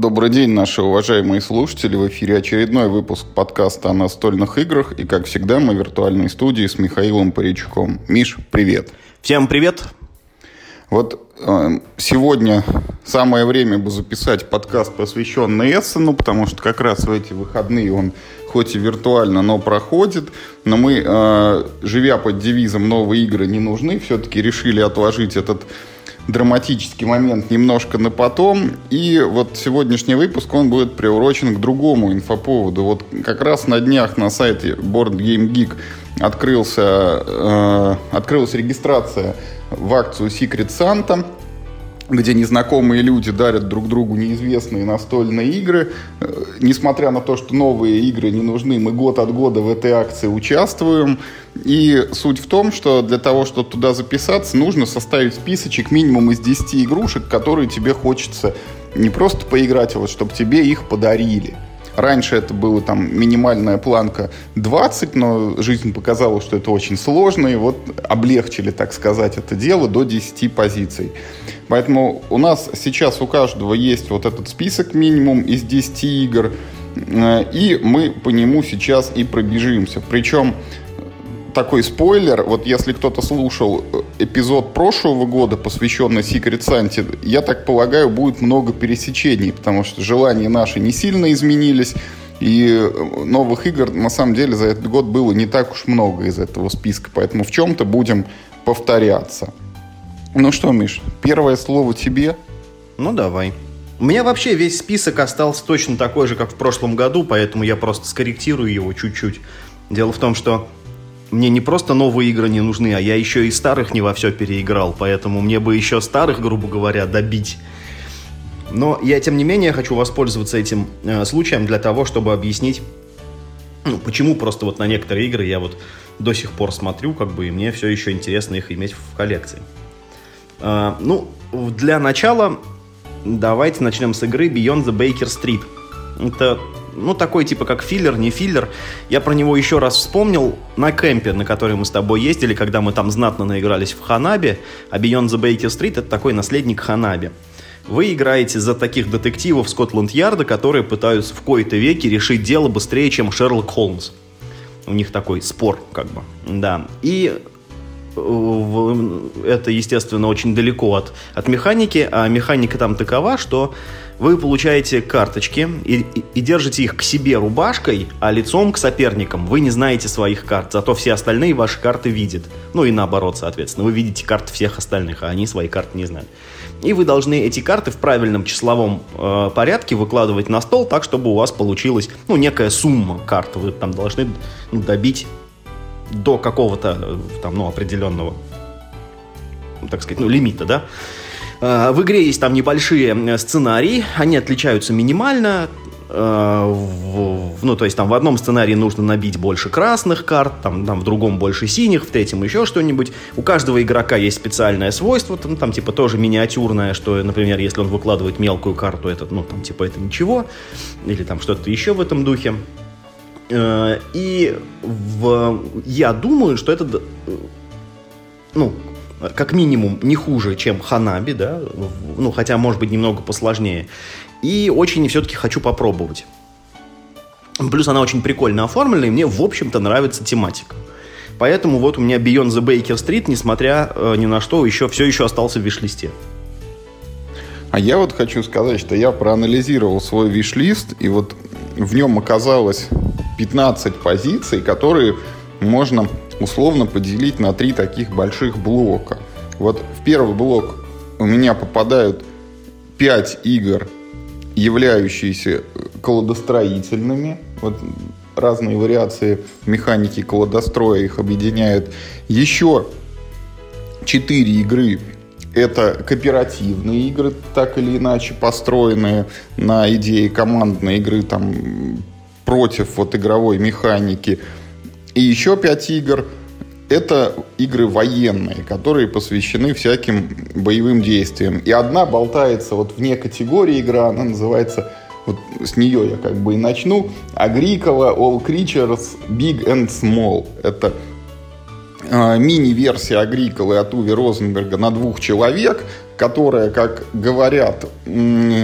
Добрый день, наши уважаемые слушатели. В эфире очередной выпуск подкаста о настольных играх. И, как всегда, мы в виртуальной студии с Михаилом Паричуком. Миш, привет. Всем привет. Вот сегодня самое время бы записать подкаст, посвященный Эссену, потому что как раз в эти выходные он хоть и виртуально, но проходит. Но мы, живя под девизом «Новые игры не нужны», все-таки решили отложить этот драматический момент немножко на потом. И вот сегодняшний выпуск, он будет приурочен к другому инфоповоду. Вот как раз на днях на сайте Board Game Geek открылась регистрация в акцию Secret Santa, где незнакомые люди дарят друг другу неизвестные настольные игры. Несмотря на то, что новые игры не нужны, мы год от года в этой акции участвуем. И суть в том, что для того, чтобы туда записаться, нужно составить списочек минимум из 10 игрушек, которые тебе хочется не просто поиграть, а вот чтобы тебе их подарили. Раньше это была там минимальная планка 20, но жизнь показала, что это очень сложно, и вот облегчили, так сказать, это дело до 10 позиций. Поэтому у нас сейчас у каждого есть вот этот список минимум из 10 игр, и мы по нему сейчас и пробежимся. Причем такой спойлер, вот если кто-то слушал эпизод прошлого года, посвященный Secret Santa, я так полагаю, будет много пересечений, потому что желания наши не сильно изменились, и новых игр, на самом деле, за этот год было не так уж много из этого списка, поэтому в чем-то будем повторяться. Ну что, Миш, первое слово тебе. Ну, давай. У меня вообще весь список остался точно такой же, как в прошлом году, поэтому я просто скорректирую его чуть-чуть. Дело в том, что мне не просто новые игры не нужны, а я еще и старых не во все переиграл, поэтому мне бы еще старых, грубо говоря, добить. Но я, тем не менее, хочу воспользоваться этим случаем для того, чтобы объяснить, почему просто вот на некоторые игры я вот до сих пор смотрю, и мне все еще интересно их иметь в коллекции. Для начала давайте начнем с игры Beyond the Baker Street. Это такой типа как филлер, не филлер. Я про него еще раз вспомнил на кемпе, на который мы с тобой ездили, когда мы там знатно наигрались в Ханаби. А Beyond the Baker Street — это такой наследник Ханаби. Вы играете за таких детективов Скотланд-Ярда, которые пытаются в кои-то веки решить дело быстрее, чем Шерлок Холмс. У них такой спор, да. И это, естественно, очень далеко от механики, а механика там такова, что вы получаете карточки и держите их к себе рубашкой, а лицом к соперникам. Вы не знаете своих карт, зато все остальные ваши карты видят. И наоборот, соответственно. Вы видите карты всех остальных, а они свои карты не знают. И вы должны эти карты в правильном числовом порядке выкладывать на стол так, чтобы у вас получилась некая сумма карт. Вы там должны добить до какого-то определенного, так сказать, лимита, да. В игре есть там небольшие сценарии, они отличаются минимально. То есть там в одном сценарии нужно набить больше красных карт, там в другом больше синих, в третьем еще что-нибудь. У каждого игрока есть специальное свойство, там типа тоже миниатюрное, что, например, если он выкладывает мелкую карту, это, это ничего, или там что-то еще в этом духе. И я думаю, что это, как минимум, не хуже, чем Ханаби, да, хотя, может быть, немного посложнее. И очень все-таки хочу попробовать. Плюс она очень прикольно оформлена, и мне, в общем-то, нравится тематика. Поэтому вот у меня Beyond the Baker Street, несмотря ни на что, все еще остался в виш-листе. А я вот хочу сказать, что я проанализировал свой виш-лист, и вот в нем оказалось 15 позиций, которые можно условно поделить на 3 таких больших блока. Вот в первый блок у меня попадают 5 игр, являющиеся колодостроительными. Вот разные вариации механики колодостроя их объединяют. Еще 4 игры — это кооперативные игры, так или иначе построенные на идее командной игры против игровой механики. И еще 5 игр — это игры военные, которые посвящены всяким боевым действиям. И одна болтается вне категории игра, она называется, с нее я и начну, Agricola All Creatures Big and Small. Это мини-версия Агриколы от Уве Розенберга на 2 человек, которая, как говорят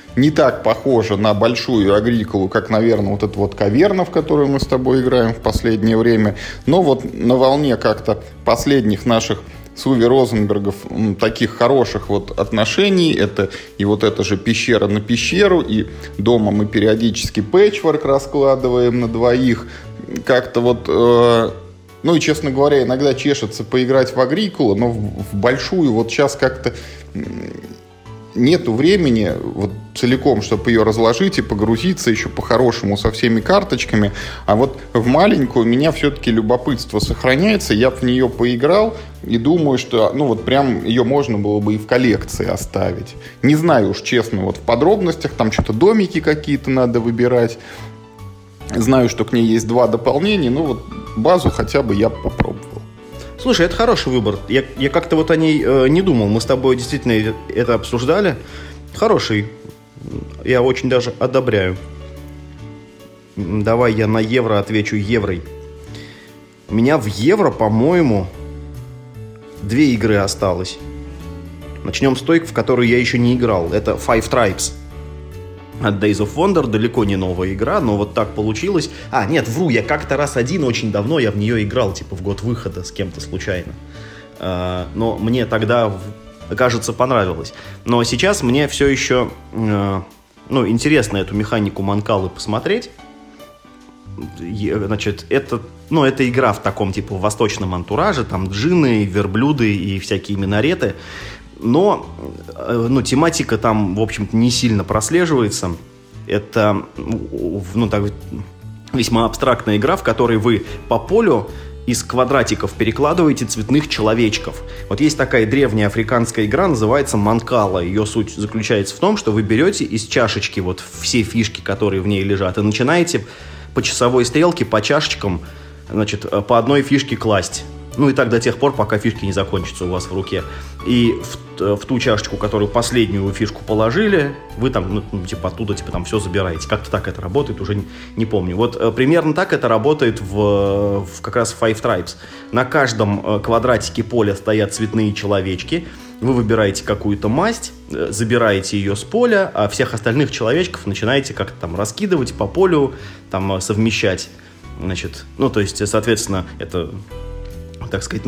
не так похожа на большую Агриколу, как, наверное, вот эта вот Каверна, в которую мы с тобой играем в последнее время. Но вот на волне как-то последних наших с Уви Розенбергов таких хороших вот отношений, это и вот эта же пещера на пещеру, и дома мы периодически пэтчворк раскладываем на двоих, как-то вот, ну и, честно говоря, иногда чешется поиграть в Агриколу, но в большую вот сейчас как-то нету времени вот целиком, чтобы ее разложить и погрузиться еще по-хорошему со всеми карточками. А вот в маленькую у меня все-таки любопытство сохраняется. Я в нее поиграл и думаю, что ну вот прям ее можно было бы и в коллекции оставить. Не знаю уж честно, вот в подробностях, там что-то домики какие-то надо выбирать. Знаю, что к ней есть 2 дополнения, но вот базу хотя бы я попробовал. Слушай, это хороший выбор. Я как-то вот о ней не думал. Мы с тобой действительно это обсуждали. Хороший. Я очень даже одобряю. Давай я на евро отвечу еврой. У меня в евро, по-моему, 2 игры осталось. Начнем с той, в которую я еще не играл. Это Five Tribes от Days of Wonder. Далеко не новая игра, но вот так получилось. Нет, вру, я как-то раз один очень давно я в нее играл, типа в год выхода с кем-то случайно. Но мне тогда, кажется, понравилось. Но сейчас мне все еще интересно эту механику Манкалы посмотреть. Значит, это игра в таком типа восточном антураже, там джинны, верблюды и всякие минареты. Но тематика там, в общем-то, не сильно прослеживается. Это весьма абстрактная игра, в которой вы по полю из квадратиков перекладываете цветных человечков. Вот есть такая древняя африканская игра, называется Манкала. Ее суть заключается в том, что вы берете из чашечки вот все фишки, которые в ней лежат, и начинаете по часовой стрелке, по чашечкам, значит, по одной фишке класть. Ну и так до тех пор, пока фишки не закончатся у вас в руке. И в ту чашечку, которую последнюю фишку положили, вы там, оттуда, там все забираете. Как-то так это работает, уже не помню. Вот примерно так это работает как раз в Five Tribes. На каждом квадратике поля стоят цветные человечки. Вы выбираете какую-то масть, забираете ее с поля, а всех остальных человечков начинаете как-то там раскидывать по полю, там совмещать. Значит, то есть, соответственно, это... так сказать,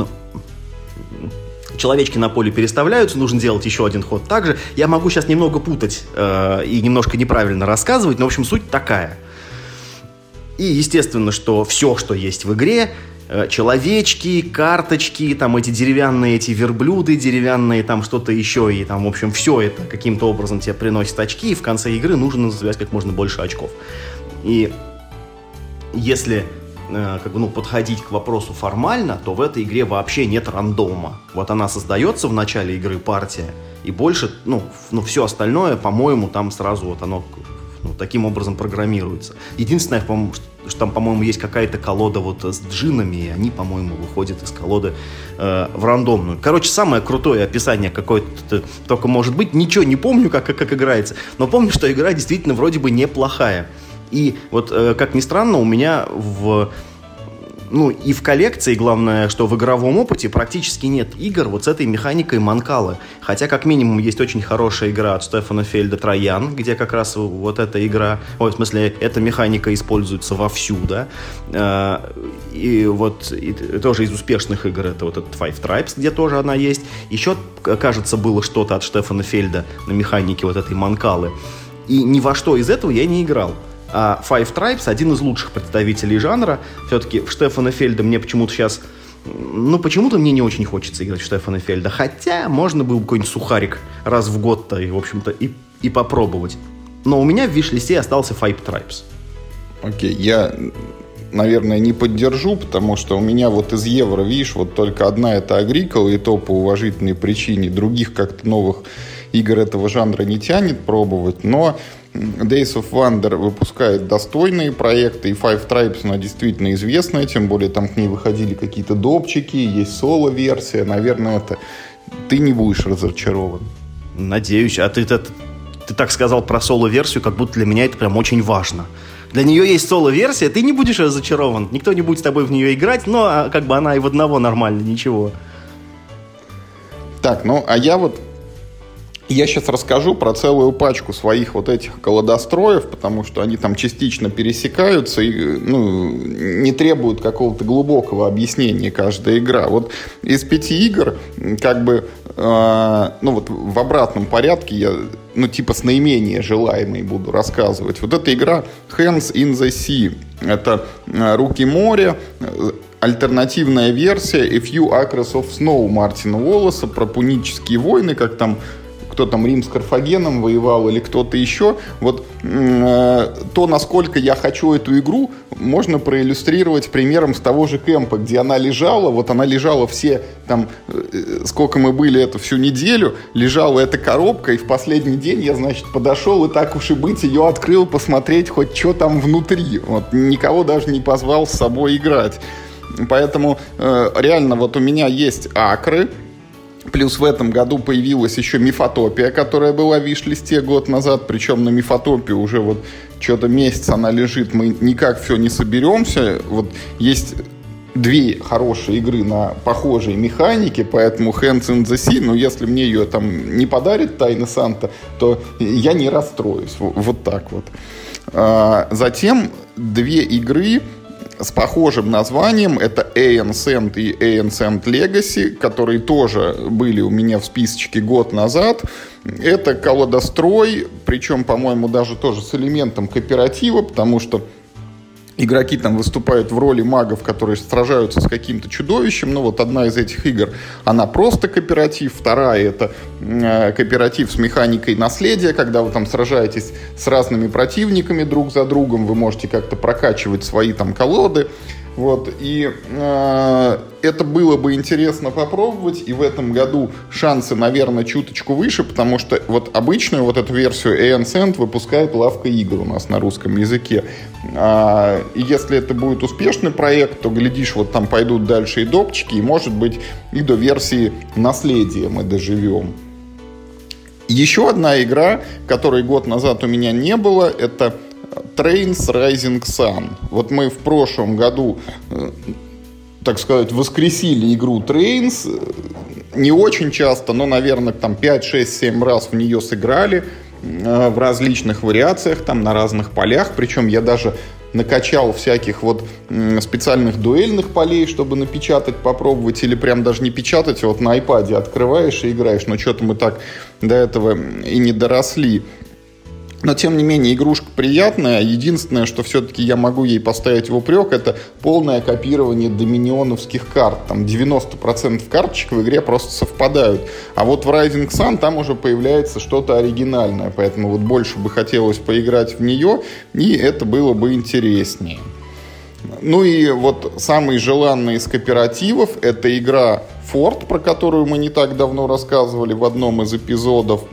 человечки на поле переставляются, нужно делать еще один ход также. Я могу сейчас немного путать и немножко неправильно рассказывать, но, в общем, суть такая. И, естественно, что все, что есть в игре, человечки, карточки, там эти деревянные, эти верблюды деревянные, там что-то еще, и там, в общем, все это каким-то образом тебе приносит очки, и в конце игры нужно называть как можно больше очков. И если... подходить к вопросу формально, то в этой игре вообще нет рандома. Вот она создается в начале игры, партия, и больше, все остальное, по-моему, там сразу вот оно таким образом программируется. Единственное, что там, по-моему, есть какая-то колода вот с джиннами, и они, по-моему, выходят из колоды в рандомную. Короче, самое крутое описание какое-то только может быть. Ничего не помню, как играется, но помню, что игра действительно вроде бы неплохая. И вот, как ни странно, у меня и в коллекции, главное, что в игровом опыте практически нет игр вот с этой механикой Манкалы. Хотя, как минимум, есть очень хорошая игра от Стефана Фельда «Троян», где как раз вот эта игра, эта механика используется вовсю, да. И вот и тоже из успешных игр это вот этот Five Tribes, где тоже она есть. Еще, кажется, было что-то от Стефана Фельда на механике вот этой Манкалы. И ни во что из этого я не играл. А Five Tribes один из лучших представителей жанра. Все-таки в Стефана Фельда мне почему-то сейчас... почему-то мне не очень хочется играть в Стефана Фельда. Хотя можно было бы какой-нибудь сухарик раз в год-то, и, в общем-то, и попробовать. Но у меня в виш-листе остался Five Tribes. Окей, я, наверное, не поддержу, потому что у меня вот из евро, видишь, вот только одна это Агрикола, и то по уважительной причине. Других как-то новых игр этого жанра не тянет пробовать, но... Days of Wonder выпускает достойные проекты, и Five Tribes, она действительно известная, тем более там к ней выходили какие-то допчики, есть соло-версия, наверное, это ты не будешь разочарован. Надеюсь, а ты так сказал про соло-версию, как будто для меня это прям очень важно. Для нее есть соло-версия, ты не будешь разочарован, никто не будет с тобой в нее играть, но как бы она и в одного нормально, ничего. Так, а я вот Я сейчас расскажу про целую пачку своих вот этих колодостроев, потому что они там частично пересекаются и не требуют какого-то глубокого объяснения каждая игра. Вот из 5 игр, как бы, вот в обратном порядке я, с наименее желаемой буду рассказывать. Вот эта игра Hands in the Sea. Это «Руки моря», альтернативная версия A Few Acres of Snow Мартина Уоллеса про пунические войны, как там кто там Рим с Карфагеном воевал или кто-то еще. Вот то, насколько я хочу эту игру, можно проиллюстрировать примером с того же кемпа, где она лежала. Вот она лежала все, там, сколько мы были эту всю неделю, лежала эта коробка, и в последний день я, подошел и так уж и быть ее открыл, посмотреть хоть что там внутри. Вот, никого даже не позвал с собой играть. Поэтому реально вот у меня есть акры. Плюс в этом году появилась еще Мифотопия, которая была в виш-листе год назад. Причем на Мифотопию уже вот что-то месяц она лежит. Мы никак все не соберемся. Вот есть 2 хорошие игры на похожей механике, поэтому Hands in the Sea, но если мне ее там не подарит Тайна Санта, то я не расстроюсь. Вот так вот. Затем 2 игры с похожим названием. Это Ancient и Ancient Legacy, которые тоже были у меня в списочке год назад. Это колодострой, причем, по-моему, даже тоже с элементом кооператива, потому что игроки там выступают в роли магов, которые сражаются с каким-то чудовищем. Вот одна из этих игр, она просто кооператив. Вторая — это кооператив с механикой наследия, когда вы там сражаетесь с разными противниками друг за другом. Вы можете как-то прокачивать свои там колоды. Вот. И это было бы интересно попробовать. И в этом году шансы, наверное, чуточку выше, потому что вот обычную вот эту версию Ancient выпускает Лавка игр у нас на русском языке. И если это будет успешный проект, то, глядишь, вот там пойдут дальше и допчики, и, может быть, и до версии наследия мы доживем. Еще одна игра, которой год назад у меня не было, это Trains Rising Sun. Вот мы в прошлом году, так сказать, воскресили игру Trains. Не очень часто, но, наверное, там 5, 6, 7 раз в нее сыграли в различных вариациях, там на разных полях. Причем я даже накачал всяких вот специальных дуэльных полей, чтобы напечатать, попробовать, или прям даже не печатать, а вот на iPad открываешь и играешь. Но что-то мы так до этого и не доросли. Но, тем не менее, игрушка приятная. Единственное, что все-таки я могу ей поставить в упрек, это полное копирование доминионовских карт. Там 90% карточек в игре просто совпадают. А вот в Rising Sun там уже появляется что-то оригинальное. Поэтому вот больше бы хотелось поиграть в нее, и это было бы интереснее. Ну и вот самый желанный из кооперативов — это игра Fort, про которую мы не так давно рассказывали в одном из эпизодов.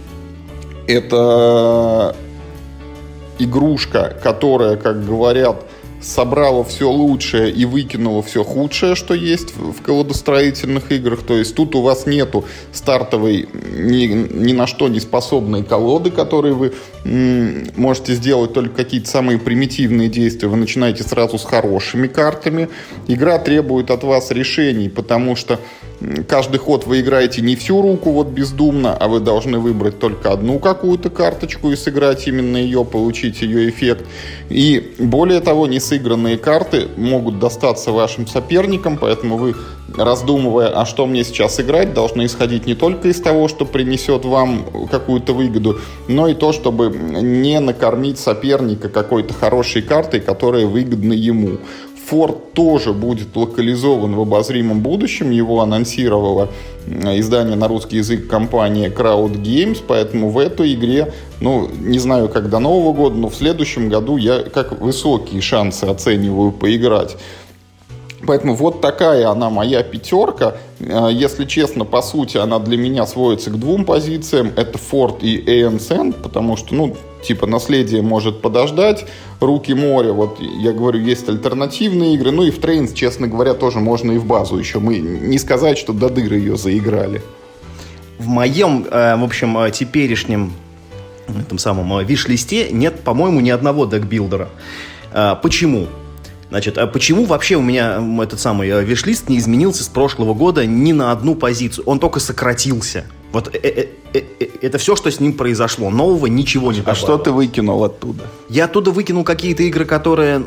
Это игрушка, которая, как говорят, собрала все лучшее и выкинула все худшее, что есть в колодостроительных играх. То есть тут у вас нету стартовой ни на что не способной колоды, которые вы можете сделать только какие-то самые примитивные действия. Вы начинаете сразу с хорошими картами. Игра требует от вас решений, потому что каждый ход вы играете не всю руку вот бездумно, а вы должны выбрать только одну какую-то карточку и сыграть именно ее, получить ее эффект. И более того, несыгранные карты могут достаться вашим соперникам, поэтому вы, раздумывая, а что мне сейчас играть, должны исходить не только из того, что принесет вам какую-то выгоду, но и то, чтобы не накормить соперника какой-то хорошей картой, которая выгодна ему. Форт тоже будет локализован в обозримом будущем. Его анонсировало издание на русский язык компания Crowd Games, поэтому в этой игре, не знаю, как до Нового года, но в следующем году я как высокие шансы оцениваю поиграть. Поэтому вот такая она моя пятерка. Если честно, по сути, она для меня сводится к 2 позициям. Это Fort и Ancient, потому что, наследие может подождать. Руки моря, вот я говорю, есть альтернативные игры. И в Trains, честно говоря, тоже можно и в базу еще. Мы не сказать, что до дыр ее заиграли. В моем, теперешнем этом самом виш-листе нет, по-моему, ни одного декбилдера. Почему? Значит, а почему вообще у меня этот самый виш-лист не изменился с прошлого года ни на одну позицию? Он только сократился. Вот это все, что с ним произошло. Нового ничего не добавило. А что ты выкинул оттуда? Я оттуда выкинул какие-то игры, которые,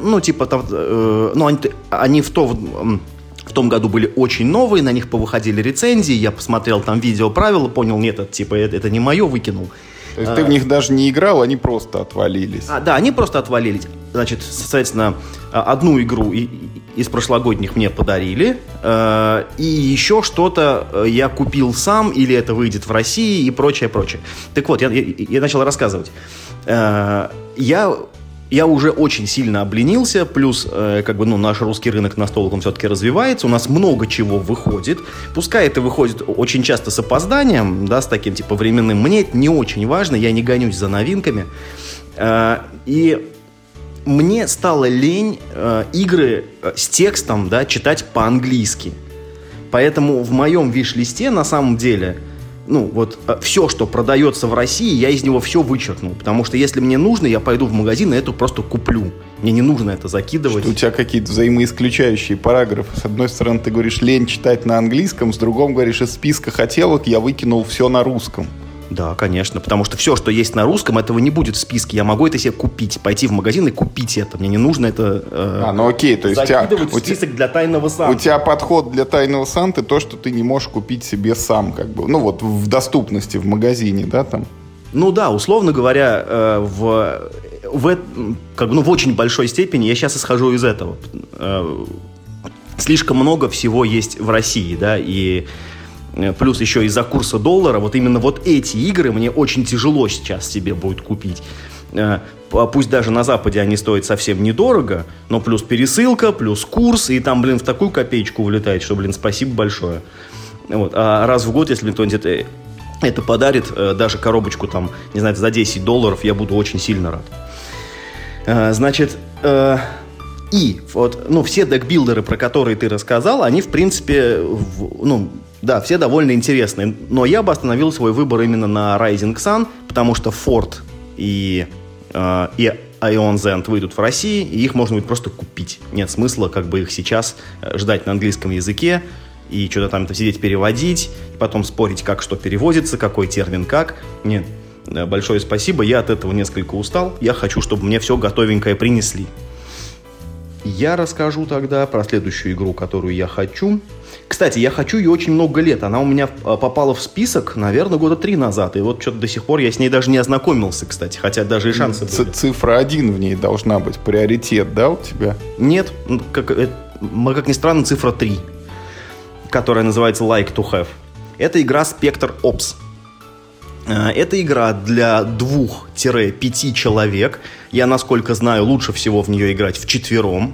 они в том году были очень новые, на них повыходили рецензии, я посмотрел там видео правила, понял, нет, это не мое, выкинул. То есть ты в них даже не играл, они просто отвалились. Да, они просто отвалились. Значит, соответственно, одну игру из прошлогодних мне подарили, и еще что-то я купил сам, или это выйдет в России, и прочее. Так вот, я начал рассказывать. Я уже очень сильно обленился, плюс наш русский рынок настолок, он все-таки развивается, у нас много чего выходит, пускай это выходит очень часто с опозданием, да, с таким типа временным, мне это не очень важно, я не гонюсь за новинками, и мне стало лень игры с текстом, да, читать по-английски, поэтому в моем виш-листе на самом деле... все, что продается в России, я из него все вычеркнул. Потому что если мне нужно, я пойду в магазин и это просто куплю. Мне не нужно это закидывать. Что у тебя какие-то взаимоисключающие параграфы. С одной стороны, ты говоришь, лень читать на английском, с другой говоришь, из списка хотелок я выкинул все на русском. Да, конечно, потому что все, что есть на русском, этого не будет в списке. Я могу это себе купить, пойти в магазин и купить это. Мне не нужно это окей, то есть закидывать в список для Тайного Санты. У тебя подход для Тайного Санты то, что ты не можешь купить себе сам, в доступности в магазине, да, там? Ну да, условно говоря, в очень большой степени я сейчас исхожу из этого. Слишком много всего есть в России, да, и... Плюс еще из-за курса доллара, вот именно вот эти игры мне очень тяжело сейчас себе будет купить. Пусть даже на Западе они стоят совсем недорого, но плюс пересылка, плюс курс, и там, в такую копеечку вылетает, что, спасибо большое. Вот. А раз в год, если мне кто-нибудь это подарит, даже коробочку там, не знаю, за $10, я буду очень сильно рад. Значит... И вот, все декбилдеры, про которые ты рассказал, они, в принципе, да, все довольно интересные. Но я бы остановил свой выбор именно на Rising Sun, потому что Fort и Ion Zend выйдут в России, и их можно будет просто купить. Нет смысла их сейчас ждать на английском языке и что-то там сидеть переводить, и потом спорить, как что переводится, какой термин как. Нет, большое спасибо, я от этого несколько устал. Я хочу, чтобы мне все готовенькое принесли. Я расскажу тогда про следующую игру, которую я хочу. Кстати, я хочу ее очень много лет. Она у меня попала в список, наверное, 3 года назад. И вот что-то до сих пор я с ней даже не ознакомился, кстати. Хотя даже и шансы были. Цифра 1 в ней должна быть. Приоритет, да, у тебя? Нет. Как ни странно, цифра 3. Которая называется Like to Have. Это игра Spectre Ops. Это игра для 2-5 человек. Я, насколько знаю, лучше всего в нее играть вчетвером.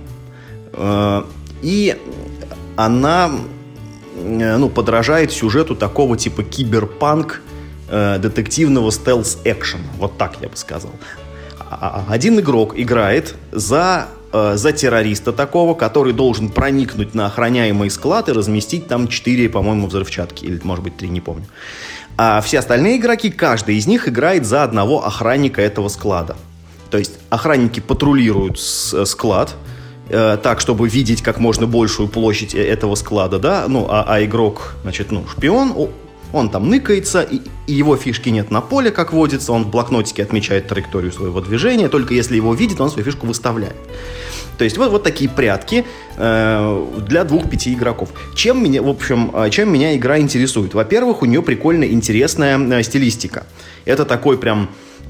И она подражает сюжету такого типа киберпанк детективного стелс-экшена. Вот так я бы сказал. Один игрок играет за террориста такого, который должен проникнуть на охраняемый склад и разместить там 4, по-моему, взрывчатки. Или, может быть, 3, не помню. А все остальные игроки, каждый из них играет за одного охранника этого склада. То есть охранники патрулируют склад так, чтобы видеть как можно большую площадь этого склада, да, а игрок, шпион, он там ныкается, и его фишки нет на поле, как водится, он в блокнотике отмечает траекторию своего движения, только если его видит, он свою фишку выставляет. То есть вот такие прятки для 2-5 игроков. Чем меня игра интересует? Во-первых, у нее прикольная, интересная стилистика. Это такой прям,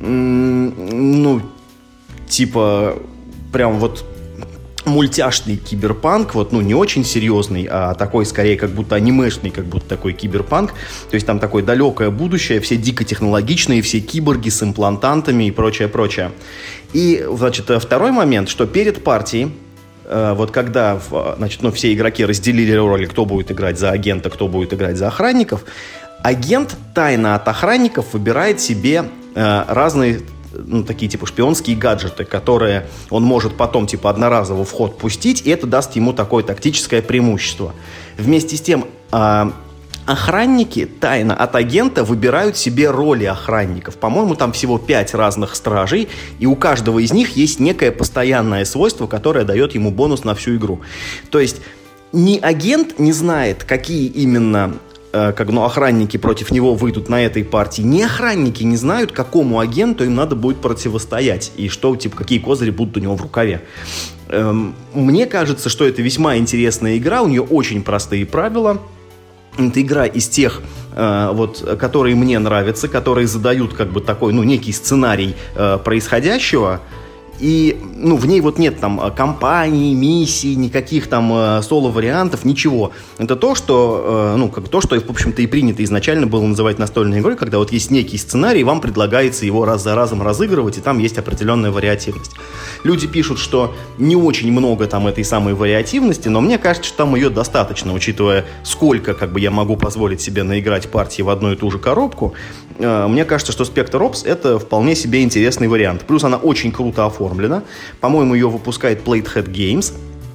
мультяшный киберпанк, не очень серьезный, а такой скорее как будто анимешный, как будто такой киберпанк. То есть там такое далекое будущее, все дико технологичные, все киборги с имплантантами и прочее. И, второй момент, что перед партией, когда все игроки разделили роли, кто будет играть за агента, кто будет играть за охранников, агент тайно от охранников выбирает себе разные такие шпионские гаджеты, которые он может потом одноразово в ход пустить, и это даст ему такое тактическое преимущество. Вместе с тем охранники тайно от агента выбирают себе роли охранников. По-моему, там всего 5 разных стражей, и у каждого из них есть некое постоянное свойство, которое дает ему бонус на всю игру. То есть ни агент не знает, какие именно охранники против него выйдут на этой партии. Ни охранники не знают, какому агенту им надо будет противостоять и что, какие козыри будут у него в рукаве. Мне кажется, что это весьма интересная игра, у нее очень простые правила. Это игра из тех, которые мне нравятся, которые задают такой, некий сценарий происходящего. И, в ней нет там кампаний, миссий, никаких там соло-вариантов, ничего. Это то, что, в общем-то, и принято изначально было называть настольной игрой, когда есть некий сценарий, вам предлагается его раз за разом разыгрывать, и там есть определенная вариативность. Люди пишут, что не очень много там этой самой вариативности, но мне кажется, что там ее достаточно, учитывая, сколько я могу позволить себе наиграть партии в одну и ту же коробку. Мне кажется, что Spectre Ops — это вполне себе интересный вариант. Плюс она очень круто оформлена. По-моему, ее выпускает Platehead Games.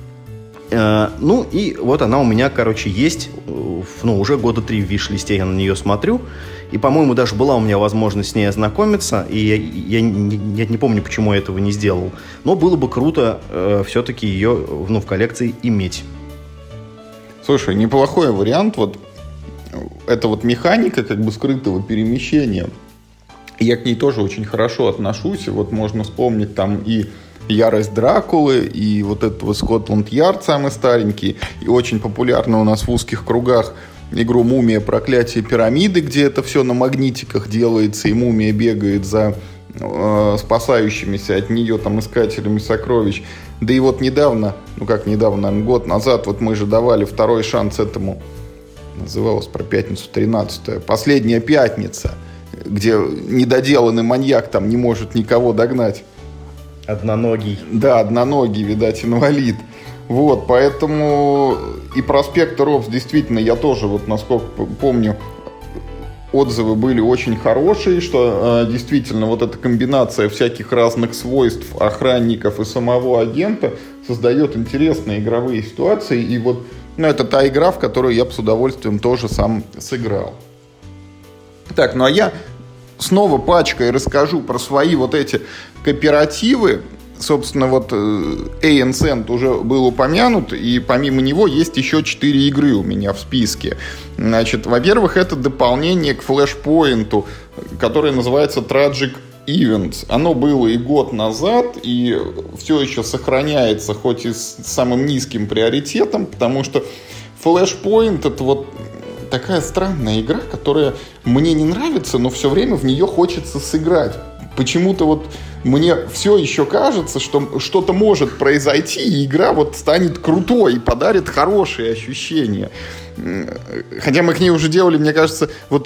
И она у меня, есть. Уже года 3 в виш-листе я на нее смотрю. И, по-моему, даже была у меня возможность с ней ознакомиться. И я не помню, почему я этого не сделал. Но было бы круто все-таки ее в коллекции иметь. Слушай, неплохой вариант. Это механика скрытого перемещения. Я к ней тоже очень хорошо отношусь. Можно вспомнить там и «Ярость Дракулы», и этого «Скотланд-Ярд» самый старенький. И очень популярно у нас в узких кругах игру «Мумия. Проклятие пирамиды», где это все на магнитиках делается, и мумия бегает за спасающимися от нее искателями сокровищ. Да и недавно, наверное, год назад, мы же давали второй шанс этому. Называлась про пятницу 13-е. «Последняя пятница», где недоделанный маньяк там не может никого догнать. Одноногий. Да, одноногий, видать, инвалид. Поэтому и про Spectre Ops действительно я тоже, насколько помню, отзывы были очень хорошие, что действительно эта комбинация всяких разных свойств охранников и самого агента создает интересные игровые ситуации. И это та игра, в которую я бы с удовольствием тоже сам сыграл. Так, а я снова пачкой расскажу про свои эти кооперативы. Собственно, Ascent уже был упомянут, и помимо него есть еще 4 игры у меня в списке. Во-первых, это дополнение к Flashpoint, которое называется Tragic Events. Оно было и год назад, и все еще сохраняется, хоть и с самым низким приоритетом, потому что Flashpoint — это такая странная игра, которая мне не нравится, но все время в нее хочется сыграть. Почему-то мне все еще кажется, что что-то может произойти, и игра станет крутой и подарит хорошие ощущения. Хотя мы к ней уже делали, мне кажется,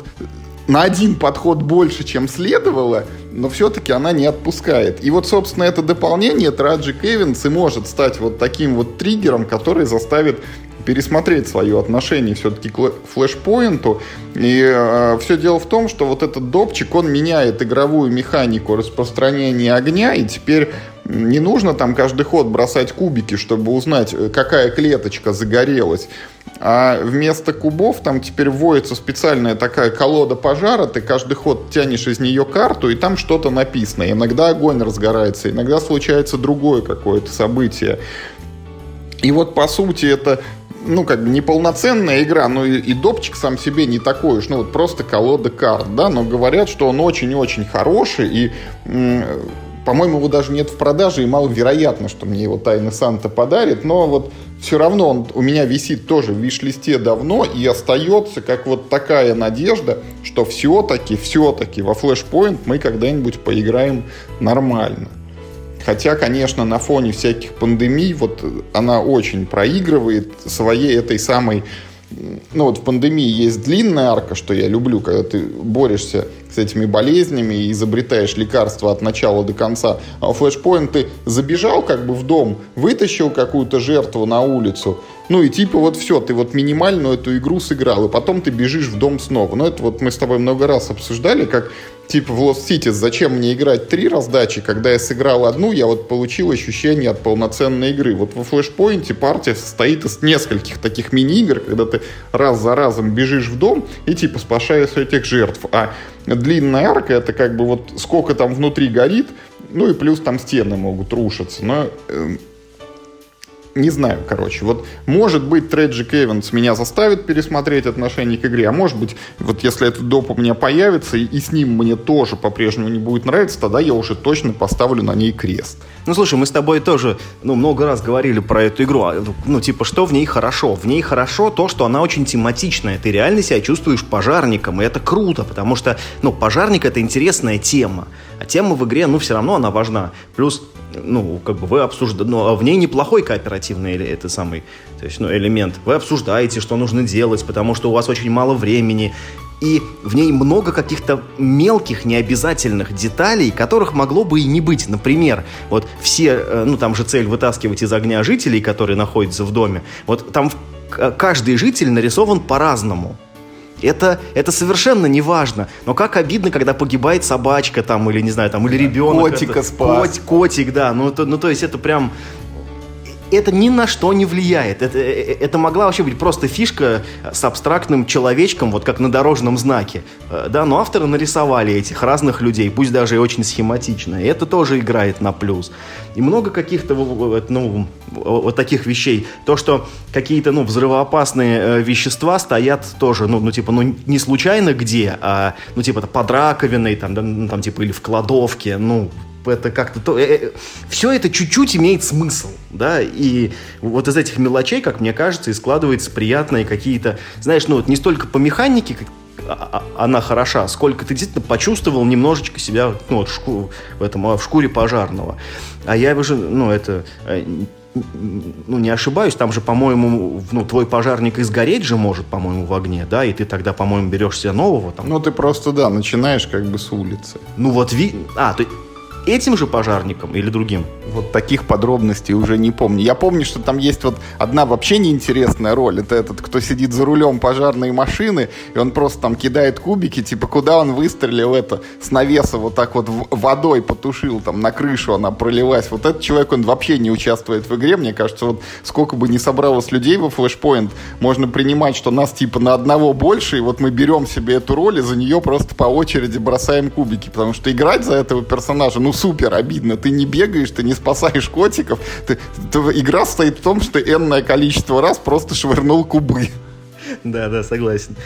на один подход больше, чем следовало, но все-таки она не отпускает. И собственно, это дополнение Tragic Events и может стать таким триггером, который заставит пересмотреть свое отношение все-таки к Flashpoint. И все дело в том, что этот допчик, он меняет игровую механику распространения огня, и теперь не нужно там каждый ход бросать кубики, чтобы узнать, какая клеточка загорелась. А вместо кубов там теперь вводится специальная такая колода пожара, ты каждый ход тянешь из нее карту, и там что-то написано. Иногда огонь разгорается, иногда случается другое какое-то событие. И по сути, это неполноценная игра, но и допчик сам себе не такой уж, просто колода карт, да, но говорят, что он очень-очень хороший, и, по-моему, его даже нет в продаже, и маловероятно, что мне его Тайны Санта подарит, но все равно он у меня висит тоже в виш-листе давно, и остается как такая надежда, что все-таки во Flashpoint мы когда-нибудь поиграем нормально. Хотя, конечно, на фоне всяких пандемий она очень проигрывает своей этой самой... в пандемии есть длинная арка, что я люблю, когда ты борешься с этими болезнями и изобретаешь лекарства от начала до конца. А в Flashpoint ты забежал в дом, вытащил какую-то жертву на улицу, и все, ты минимальную эту игру сыграл, и потом ты бежишь в дом снова. Это мы с тобой много раз обсуждали, как в Lost Cities, зачем мне играть 3 раздачи, когда я сыграл одну, я получил ощущение от полноценной игры. Во Flashpoint партия состоит из нескольких таких мини-игр, когда ты раз за разом бежишь в дом и спасаешь этих жертв. А длинная арка — это сколько там внутри горит, и плюс там стены могут рушиться. Но не знаю, короче. Вот, может быть, Tragic Events меня заставит пересмотреть отношение к игре, а может быть, вот если этот доп. У меня появится, и с ним мне тоже по-прежнему не будет нравиться, тогда я уже точно поставлю на ней крест. Ну, слушай, мы с тобой тоже, много раз говорили про эту игру. Что в ней хорошо? В ней хорошо то, что она очень тематичная. Ты реально себя чувствуешь пожарником, и это круто, потому что, пожарник — это интересная тема. А тема в игре, все равно она важна. Плюс, вы обсуждаете, в ней неплохой кооперативный элемент. Вы обсуждаете, что нужно делать, потому что у вас очень мало времени. И в ней много каких-то мелких, необязательных деталей, которых могло бы и не быть. Например, вот все, там же цель вытаскивать из огня жителей, которые находятся в доме. Вот там каждый житель нарисован по-разному. Это совершенно не важно. Но как обидно, когда погибает собачка там, или, не знаю, там, или ребенок. Котика спас. Котик, да. То есть это прям... Это ни на что не влияет. Это могла вообще быть просто фишка с абстрактным человечком, вот как на дорожном знаке. Да, но авторы нарисовали этих разных людей, пусть даже и очень схематично. И это тоже играет на плюс. И много каких-то вот таких вещей. То, что какие-то взрывоопасные вещества стоят тоже, не случайно где, а под раковиной, там, или в кладовке, это как-то... Все это чуть-чуть имеет смысл, да, и вот из этих мелочей, как мне кажется, и складываются приятные какие-то, знаешь, не столько по механике, она хороша, сколько ты действительно почувствовал немножечко себя, в шкуре пожарного. А я уже, не ошибаюсь, там же, по-моему, твой пожарник и сгореть же может, по-моему, в огне, да, и ты тогда, по-моему, берешь себе нового там. Ты просто, да, начинаешь как бы с улицы. Этим же пожарником или другим? Вот таких подробностей уже не помню. Я помню, что там есть вот одна вообще неинтересная роль. Это этот, кто сидит за рулем пожарной машины, и он просто там кидает кубики, куда он выстрелил с навеса вот так вот водой потушил, там на крышу она пролилась. Вот этот человек, он вообще не участвует в игре. Мне кажется, вот сколько бы ни собралось людей во Flashpoint, можно принимать, что нас на одного больше, и вот мы берем себе эту роль, и за нее просто по очереди бросаем кубики. Потому что играть за этого персонажа, супер обидно. Ты не бегаешь, ты не спасаешь котиков. Игра состоит в том, что ты энное количество раз просто швырнул кубы. Да, согласен.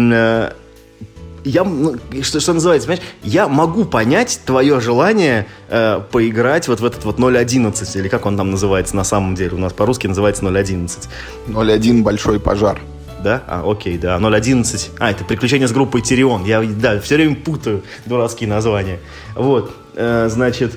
Что называется, понимаешь, я могу понять твое желание поиграть вот в этот 0.11, или как он там называется на самом деле. У нас по-русски называется 0.11. 0.1 большой пожар. Да? Окей, да. 0.11. Это приключения с группой Тирион. Я все время путаю дурацкие названия. Вот. Значит,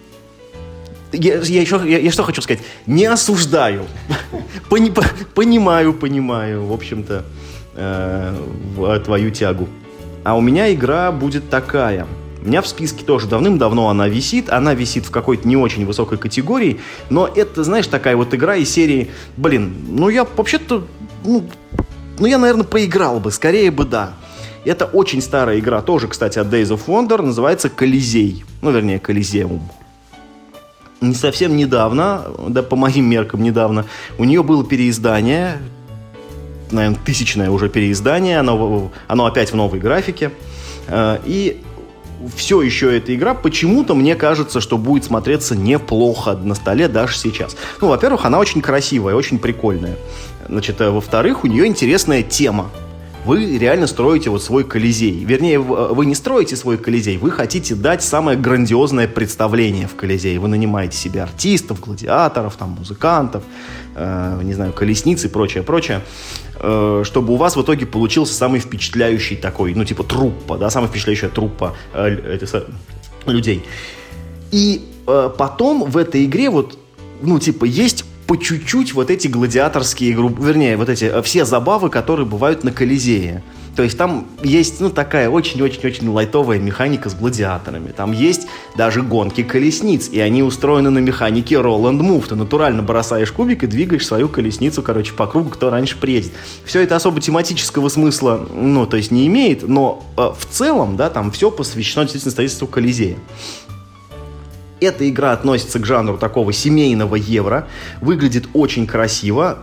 я что хочу сказать? Не осуждаю. Понимаю, в общем-то, твою тягу. А у меня игра будет такая. У меня в списке тоже давным-давно она висит. Она висит в какой-то не очень высокой категории. Но это, знаешь, такая вот игра из серии... я вообще-то... я, наверное, поиграл бы. Скорее бы да. Это очень старая игра, тоже, кстати, от Days of Wonder, называется «Колизей». Вернее, «Колизеум». Не совсем недавно, да по моим меркам недавно, у нее было переиздание, наверное, 1000-е уже переиздание, оно опять в новой графике. И все еще эта игра, почему-то мне кажется, что будет смотреться неплохо на столе даже сейчас. Во-первых, она очень красивая, очень прикольная. Значит, во-вторых, у нее интересная тема. Вы реально строите свой Колизей. Вернее, вы не строите свой Колизей, вы хотите дать самое грандиозное представление в Колизее. Вы нанимаете себе артистов, гладиаторов, музыкантов, колесниц и прочее, чтобы у вас в итоге получился самый впечатляющий такой, труппа, да, самая впечатляющая труппа людей. И потом в этой игре есть по чуть-чуть вот эти гладиаторские группы, вернее, вот эти все забавы, которые бывают на Колизее. То есть там есть, такая очень-очень-очень лайтовая механика с гладиаторами. Там есть даже гонки колесниц, и они устроены на механике roll and move. Ты натурально бросаешь кубик и двигаешь свою колесницу, по кругу, кто раньше приедет. Все это особо тематического смысла, то есть не имеет, но в целом, да, там все посвящено действительно строительству Колизея. Эта игра относится к жанру такого семейного евро, выглядит очень красиво,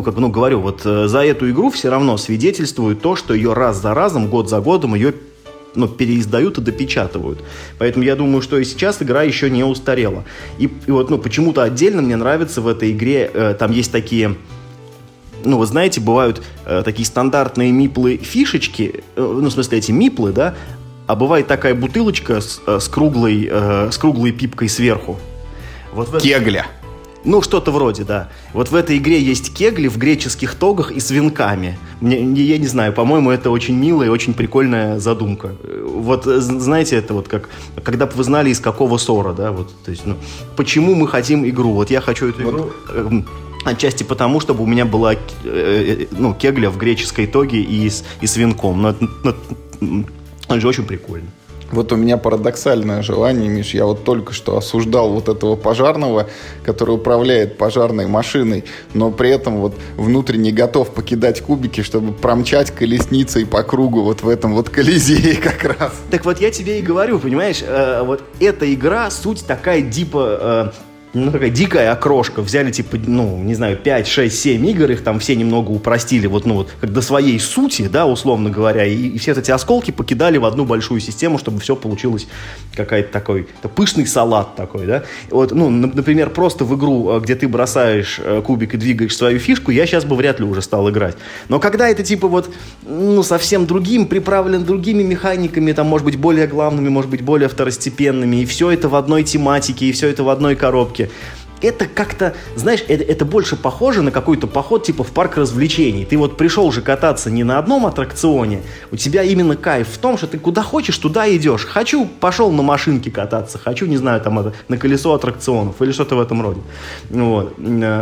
говорю, за эту игру все равно свидетельствует то, что ее раз за разом, год за годом ее переиздают и допечатывают. Поэтому я думаю, что и сейчас игра еще не устарела. И вот, почему-то отдельно мне нравится в этой игре, там есть такие... вы знаете, бывают такие стандартные миплы-фишечки, в смысле, эти миплы, да, а бывает такая бутылочка с круглой пипкой сверху. Кегля. Что-то вроде, да. Вот в этой игре есть кегли в греческих тогах и с венками. Я не знаю, по-моему, это очень милая и очень прикольная задумка. Вот, знаете, это вот как, когда бы вы знали, из какого ссора, да, вот, то есть, почему мы хотим игру? Вот я хочу эту игру... Отчасти потому, чтобы у меня была кегля в греческой тоге и с венком. Это же очень прикольно. Вот у меня парадоксальное желание, Миш, я вот только что осуждал вот этого пожарного, который управляет пожарной машиной, но при этом вот внутренне готов покидать кубики, чтобы промчать колесницей по кругу вот в этом вот Колизее как раз. Так вот я тебе и говорю, понимаешь, вот эта игра, суть такая такая дикая окрошка. Взяли, 5, 6, 7 игр, их там все немного упростили, как до своей сути, да, условно говоря, и все эти осколки покидали в одну большую систему, чтобы все получилось какой-то такой пышный салат такой, да. Вот, например, просто в игру, где ты бросаешь кубик и двигаешь свою фишку, я сейчас бы вряд ли уже стал играть. Но когда это совсем другим, приправлен другими механиками, там, может быть, более главными, может быть, более второстепенными, и все это в одной тематике, и все это в одной коробке, это как-то, знаешь, это больше похоже на какой-то поход в парк развлечений. Ты вот пришел же кататься не на одном аттракционе, у тебя именно кайф в том, что ты куда хочешь, туда идешь. Хочу, пошел на машинке кататься, хочу, не знаю, на колесо аттракционов или что-то в этом роде. Вот.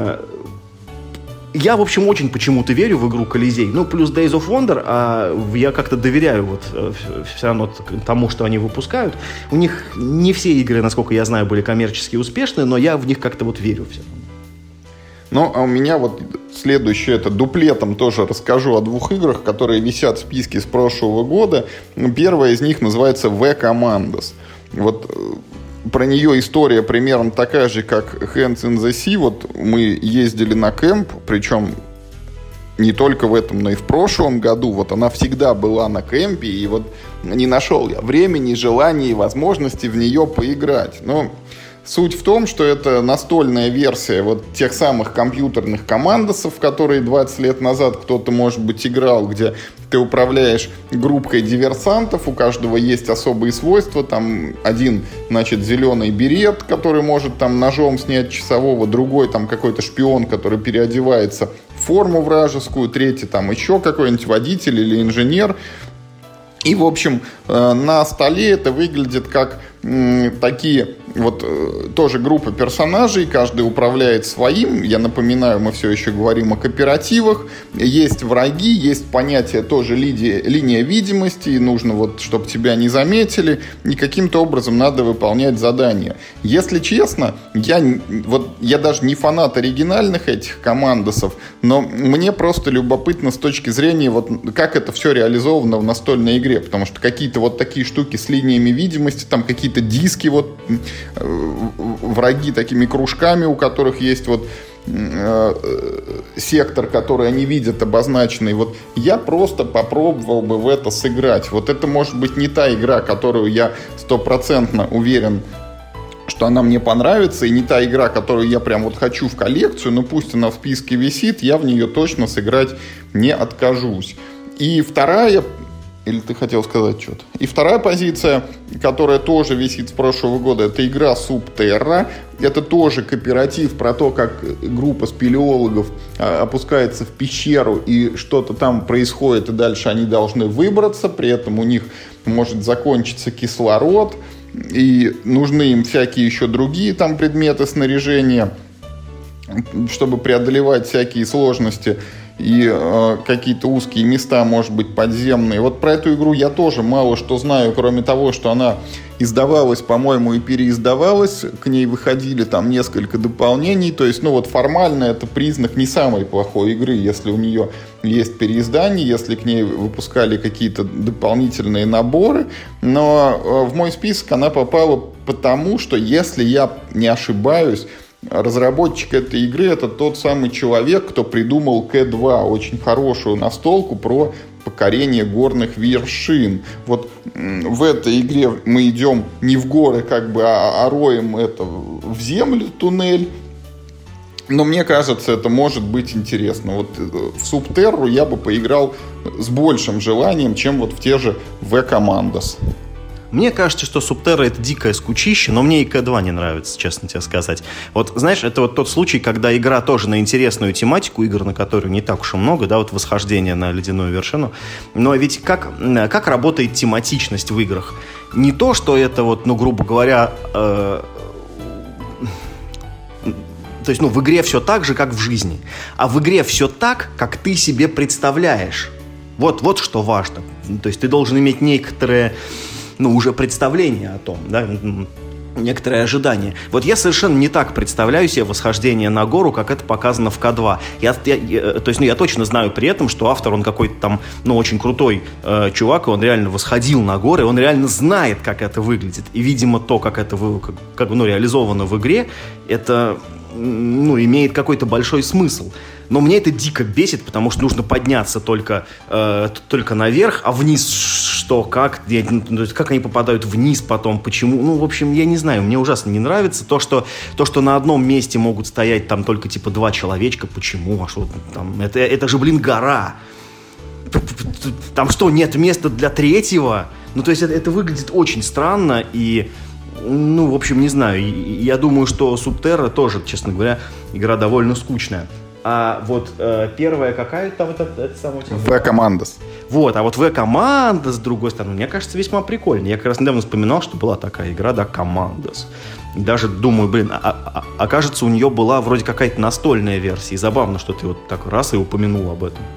Я, в общем, очень почему-то верю в игру Колизей. Плюс Days of Wonder, я как-то доверяю все равно тому, что они выпускают. У них не все игры, насколько я знаю, были коммерчески успешны, но я в них как-то верю все равно. А у меня следующее, это дуплетом тоже расскажу о 2 играх, которые висят в списке с прошлого года. Первая из них называется V Commandos. Про нее история примерно такая же, как Hands in the Sea. Мы ездили на кемп, причем не только в этом, но и в прошлом году. Она всегда была на кемпе, и не нашел я времени, желания и возможности в нее поиграть. Но суть в том, что это настольная версия тех самых компьютерных командосов, в которые 20 лет назад кто-то, может быть, играл, где ты управляешь группкой диверсантов, у каждого есть особые свойства. Там один, зеленый берет, который может ножом снять часового, другой какой-то шпион, который переодевается в форму вражескую, третий еще какой-нибудь водитель или инженер. И, в общем, на столе это выглядит как такие тоже группы персонажей, каждый управляет своим. Я напоминаю, мы все еще говорим о кооперативах. Есть враги, есть понятие тоже линия видимости, и нужно чтобы тебя не заметили, и каким-то образом надо выполнять задания. Если честно, я даже не фанат оригинальных этих командосов, но мне просто любопытно с точки зрения как это все реализовано в настольной игре, потому что какие-то такие штуки с линиями видимости, там какие-то диски, враги такими кружками, у которых есть сектор, который они видят обозначенный. Я просто попробовал бы в это сыграть. Это может быть не та игра, которую я 100% уверен, что она мне понравится, и не та игра, которую я прям хочу в коллекцию, но пусть она в списке висит, я в нее точно сыграть не откажусь. И вторая... Или ты хотел сказать что-то? И вторая позиция, которая тоже висит с прошлого года, это игра Subterra. Это тоже кооператив про то, как группа спелеологов опускается в пещеру, и что-то там происходит, и дальше они должны выбраться. При этом у них может закончиться кислород, и нужны им всякие еще другие предметы снаряжения, чтобы преодолевать всякие сложности и какие-то узкие места, может быть, подземные. Про эту игру я тоже мало что знаю, кроме того, что она издавалась, по-моему, и переиздавалась. К ней выходили несколько дополнений. То есть, формально это признак не самой плохой игры, если у нее есть переиздание, если к ней выпускали какие-то дополнительные наборы. Но в мой список она попала потому, что, если я не ошибаюсь, разработчик этой игры — это тот самый человек, кто придумал К2, очень хорошую настолку про покорение горных вершин. в этой игре мы идем не в горы, как бы, а роем это в землю туннель. Но мне кажется, это может быть интересно. Вот в Субтерру я бы поиграл с большим желанием, чем вот в те же V-Commandos. Мне кажется, что Субтерра — это дикое скучище, но мне и К2 не нравится, честно тебе сказать. Вот, знаешь, это вот тот случай, когда игра тоже на интересную тематику, игр, на которую не так уж и много, да, вот «Восхождение на ледяную вершину». Но ведь как работает тематичность в играх? Не то, что это вот, ну, грубо говоря, то есть, ну, в игре все так же, как в жизни. А в игре все так, как ты себе представляешь. Вот что важно. То есть ты должен иметь некоторое, ну, уже представление о том, да, некоторые ожидания. Вот я совершенно не так представляю себе восхождение на гору, как это показано в К2. То есть, ну, я точно знаю при этом, что автор, он какой-то там, ну, очень крутой чувак, и он реально восходил на горы, он реально знает, как это выглядит. И, видимо, то, как это ну, реализовано в игре, это, ну, имеет какой-то большой смысл. Но мне это дико бесит, потому что нужно подняться только наверх, а вниз что, как они попадают вниз потом, почему. Ну, в общем, я не знаю, мне ужасно не нравится то, что на одном месте могут стоять там только типа 2 человечка. Почему? А что там? Это же, блин, гора. Там что, нет места для 3-го? Ну, то есть это выглядит очень странно и... Ну, в общем, не знаю. Я думаю, что Субтерра тоже, честно говоря, игра довольно скучная. А вот первая какая-то вот это самое... V-Commandos. Вот, а вот V-Commandos, с другой стороны, мне кажется, весьма прикольно. Я как раз недавно вспоминал, что была такая игра, да, Commandos. Даже думаю, блин, окажется, у нее была вроде какая-то настольная версия. И забавно, что ты вот так раз и упомянул об этом.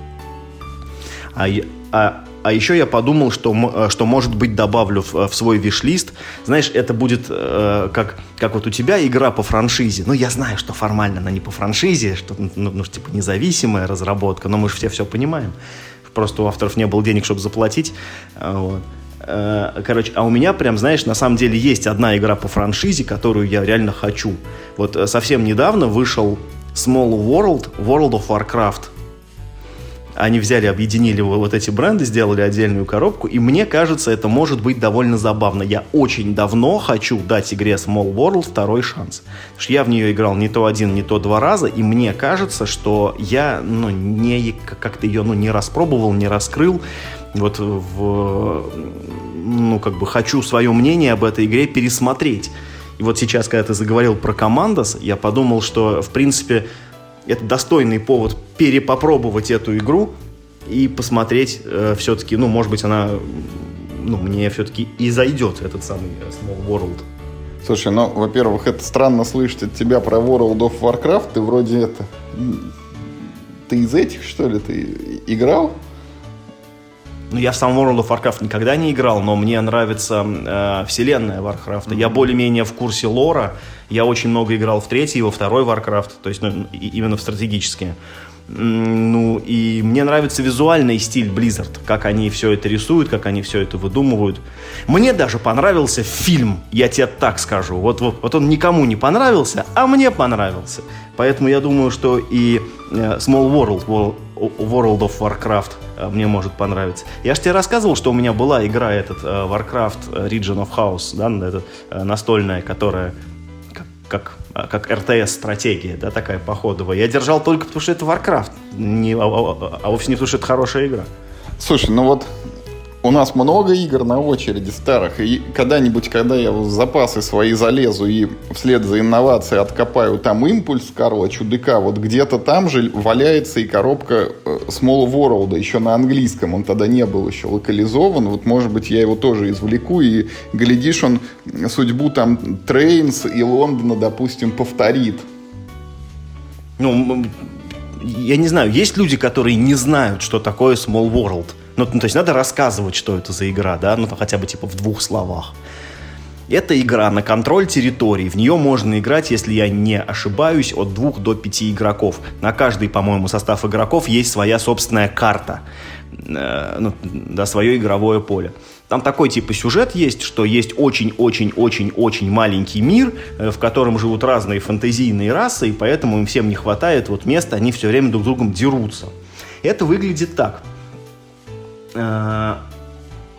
А еще я подумал, что может быть, добавлю в свой виш-лист. Знаешь, это будет как вот у тебя игра по франшизе. Ну, я знаю, что формально она не по франшизе, что, ну, типа, независимая разработка, но мы же все понимаем. Просто у авторов не было денег, чтобы заплатить. Вот. Короче, а у меня прям, знаешь, на самом деле есть одна игра по франшизе, которую я реально хочу. Вот совсем недавно вышел Small World of Warcraft. Они взяли, объединили вот эти бренды, сделали отдельную коробку, и мне кажется, это может быть довольно забавно. Я очень давно хочу дать игре Small World второй шанс. Потому что я в нее играл не то 1, не то 2 раза, и мне кажется, что я, ну, как-то ее, ну, не распробовал, не раскрыл. Вот ну, как бы хочу свое мнение об этой игре пересмотреть. И вот сейчас, когда ты заговорил про Commandos, я подумал, что, в принципе, это достойный повод перепопробовать эту игру и посмотреть все-таки, ну, может быть, она, ну, мне все-таки и зайдет, этот самый Small World. Слушай, ну, во-первых, это странно слышать от тебя про World of Warcraft. Ты вроде это... Ты из этих, что ли, ты играл? Ну, я в сам World of Warcraft никогда не играл, но мне нравится вселенная Warcraft. Я более-менее в курсе лора. Я очень много играл в 3-й и во 2-й Warcraft, то есть, ну, именно в стратегические. Ну, и мне нравится визуальный стиль Blizzard, как они все это рисуют, как они все это выдумывают. Мне даже понравился фильм, я тебе так скажу. Вот он никому не понравился, а мне понравился. Поэтому я думаю, что и Small World of Warcraft мне может понравиться. Я же тебе рассказывал, что у меня была игра Warcraft Region of Chaos, да, настольная, которая как РТС-стратегия, да, такая походовая. Я держал только потому, что это Warcraft, а вовсе не потому, что это хорошая игра. Слушай, ну вот у нас много игр на очереди старых, и когда-нибудь, когда я в запасы свои залезу и вслед за инновацией откопаю там импульс Карла Чудыка, вот где-то там же валяется и коробка Small World, еще на английском, он тогда не был еще локализован, вот может быть я его тоже извлеку, и глядишь, он судьбу там Трейнс и Лондона, допустим, повторит. Ну, я не знаю, есть люди, которые не знают, что такое Small World. Ну, то есть надо рассказывать, что это за игра, да, ну, хотя бы типа в 2 словах. Это игра на контроль территории. В нее можно играть, если я не ошибаюсь, от 2 до 5 игроков. На каждый, по-моему, состав игроков есть своя собственная карта, ну, да, свое игровое поле. Там такой типа сюжет есть, что есть очень-очень-очень-очень маленький мир, в котором живут разные фэнтезийные расы, и поэтому им всем не хватает вот места, они все время друг с другом дерутся. Это выглядит так.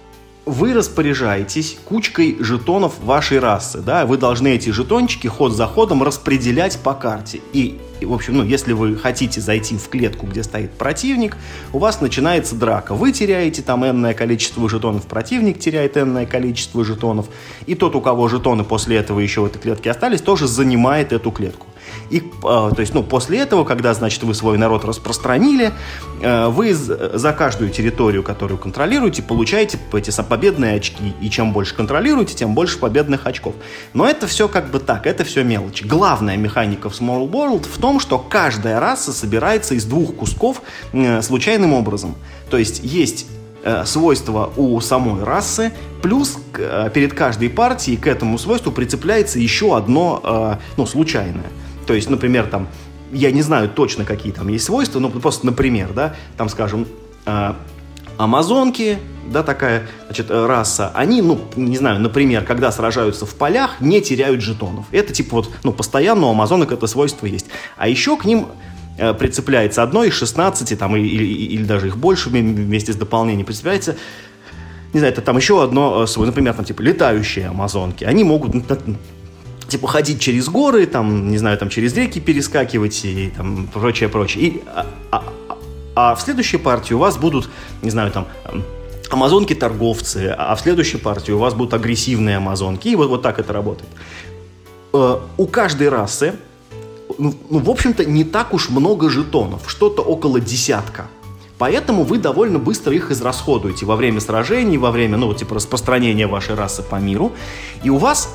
вы распоряжаетесь кучкой жетонов вашей расы, да, вы должны эти жетончики ход за ходом распределять по карте. И в общем, если вы хотите зайти в клетку, где стоит противник, у вас начинается драка. Вы теряете там энное количество жетонов, противник теряет энное количество жетонов, и тот, у кого жетоны после этого еще в этой клетке остались, тоже занимает эту клетку. И, то есть, после этого, когда, значит, вы свой народ распространили, вы за каждую территорию, которую контролируете, получаете эти победные очки. И чем больше контролируете, тем больше победных очков. Но это все как бы так, это все мелочи. Главная механика в Small World в том, что каждая раса собирается из двух кусков случайным образом. То есть свойства у самой расы, плюс перед каждой партией к этому свойству прицепляется еще одно случайное. То есть, например, там, я не знаю точно, какие там есть свойства, но просто, например, да, там, скажем, амазонки, да, такая, значит, раса, они, не знаю, например, когда сражаются в полях, не теряют жетонов. Это типа постоянно у амазонок это свойство есть. А еще к ним прицепляется одно из 16, там, или даже их больше вместе с дополнением прицепляется, не знаю, это там еще одно свойство, например, там, типа, летающие амазонки. Они могут типа ходить через горы, там, не знаю, там через реки перескакивать и там прочее. А в следующей партии у вас будут, не знаю, там, амазонки-торговцы, а в следующей партии у вас будут агрессивные амазонки. И вот так это работает. У каждой расы, в общем-то, не так уж много жетонов, что-то около 10. Поэтому вы довольно быстро их израсходуете во время сражений, во время, распространения вашей расы по миру. И у вас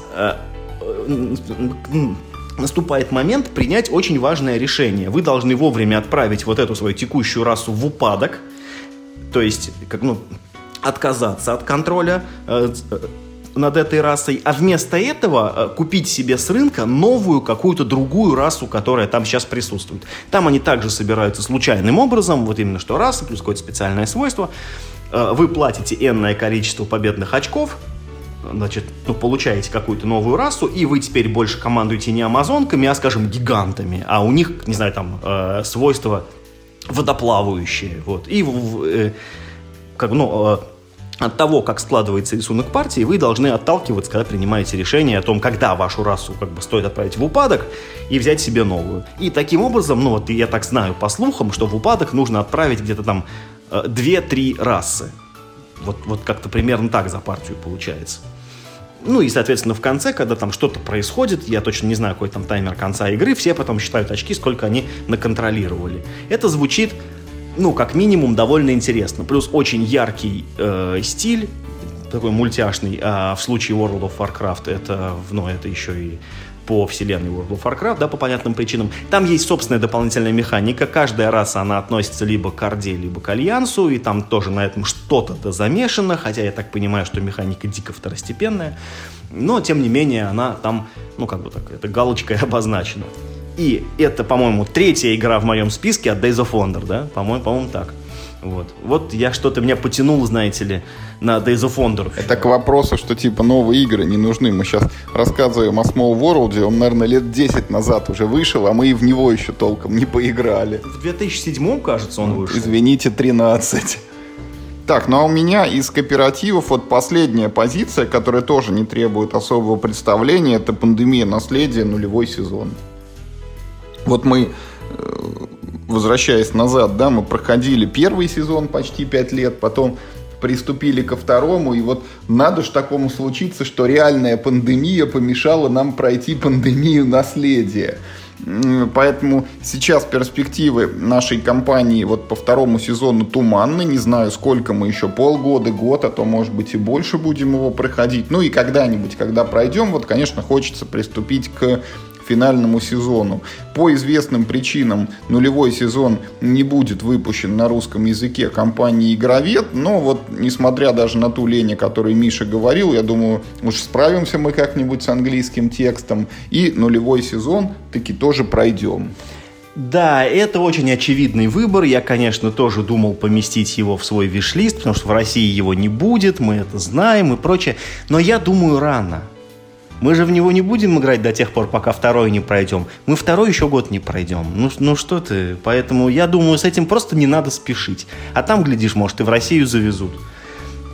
наступает момент принять очень важное решение. Вы должны вовремя отправить вот эту свою текущую расу в упадок, то есть отказаться от контроля над этой расой, а вместо этого купить себе с рынка новую какую-то другую расу, которая там сейчас присутствует. Там они также собираются случайным образом, вот именно что раса, плюс какое-то специальное свойство. Вы платите энное количество победных очков, значит, получаете какую-то новую расу, и вы теперь больше командуете не амазонками, а, скажем, гигантами, а у них, не знаю, там, свойства водоплавающие, вот, и от того, как складывается рисунок партии, вы должны отталкиваться, когда принимаете решение о том, когда вашу расу стоит отправить в упадок и взять себе новую. И таким образом, я так знаю по слухам, что в упадок нужно отправить где-то там 2-3 расы. Вот как-то примерно так за партию получается. И, соответственно, в конце, когда там что-то происходит, я точно не знаю, какой там таймер конца игры, все потом считают очки, сколько они наконтролировали. Это звучит, как минимум, довольно интересно. Плюс очень яркий стиль, такой мультяшный. А в случае World of Warcraft это еще и по вселенной World of Warcraft, да, по понятным причинам. Там есть собственная дополнительная механика. Каждая раса, она относится либо к Орде, либо к Альянсу, и там тоже на этом что-то замешано, хотя я так понимаю, что механика дико второстепенная. Но, тем не менее, она там, это галочкой обозначена. И это, по-моему, 3-я игра в моем списке от Days of Wonder, да? По-моему, так. Вот я что-то меня потянул, знаете ли, на Days of Wonder. Это к вопросу, что типа новые игры не нужны. Мы сейчас рассказываем о Small World, он, наверное, лет 10 назад уже вышел, а мы и в него еще толком не поиграли. В 2007, кажется, он вышел. Извините, 13. Так, а у меня из кооперативов последняя позиция, которая тоже не требует особого представления, это «Пандемия. Наследие. Нулевой сезон». Мы, возвращаясь назад, да, мы проходили первый сезон почти 5 лет, потом приступили ко второму, и надо ж такому случиться, что реальная пандемия помешала нам пройти пандемию наследия. Поэтому сейчас перспективы нашей компании по второму сезону туманны. Не знаю, сколько мы еще, полгода, год, а то, может быть, и больше будем его проходить. И когда-нибудь, когда пройдем, конечно, хочется приступить к финальному сезону. По известным причинам нулевой сезон не будет выпущен на русском языке компанией «Игровед», но несмотря даже на ту лень, о которой Миша говорил, я думаю, уж справимся мы как-нибудь с английским текстом, и нулевой сезон таки тоже пройдем. Да, это очень очевидный выбор. Я, конечно, тоже думал поместить его в свой виш-лист, потому что в России его не будет, мы это знаем и прочее, но я думаю, рано. Мы же в него не будем играть до тех пор, пока второй не пройдем. Мы второй еще год не пройдем. Что ты? Поэтому я думаю, с этим просто не надо спешить. А там, глядишь, может, и в Россию завезут.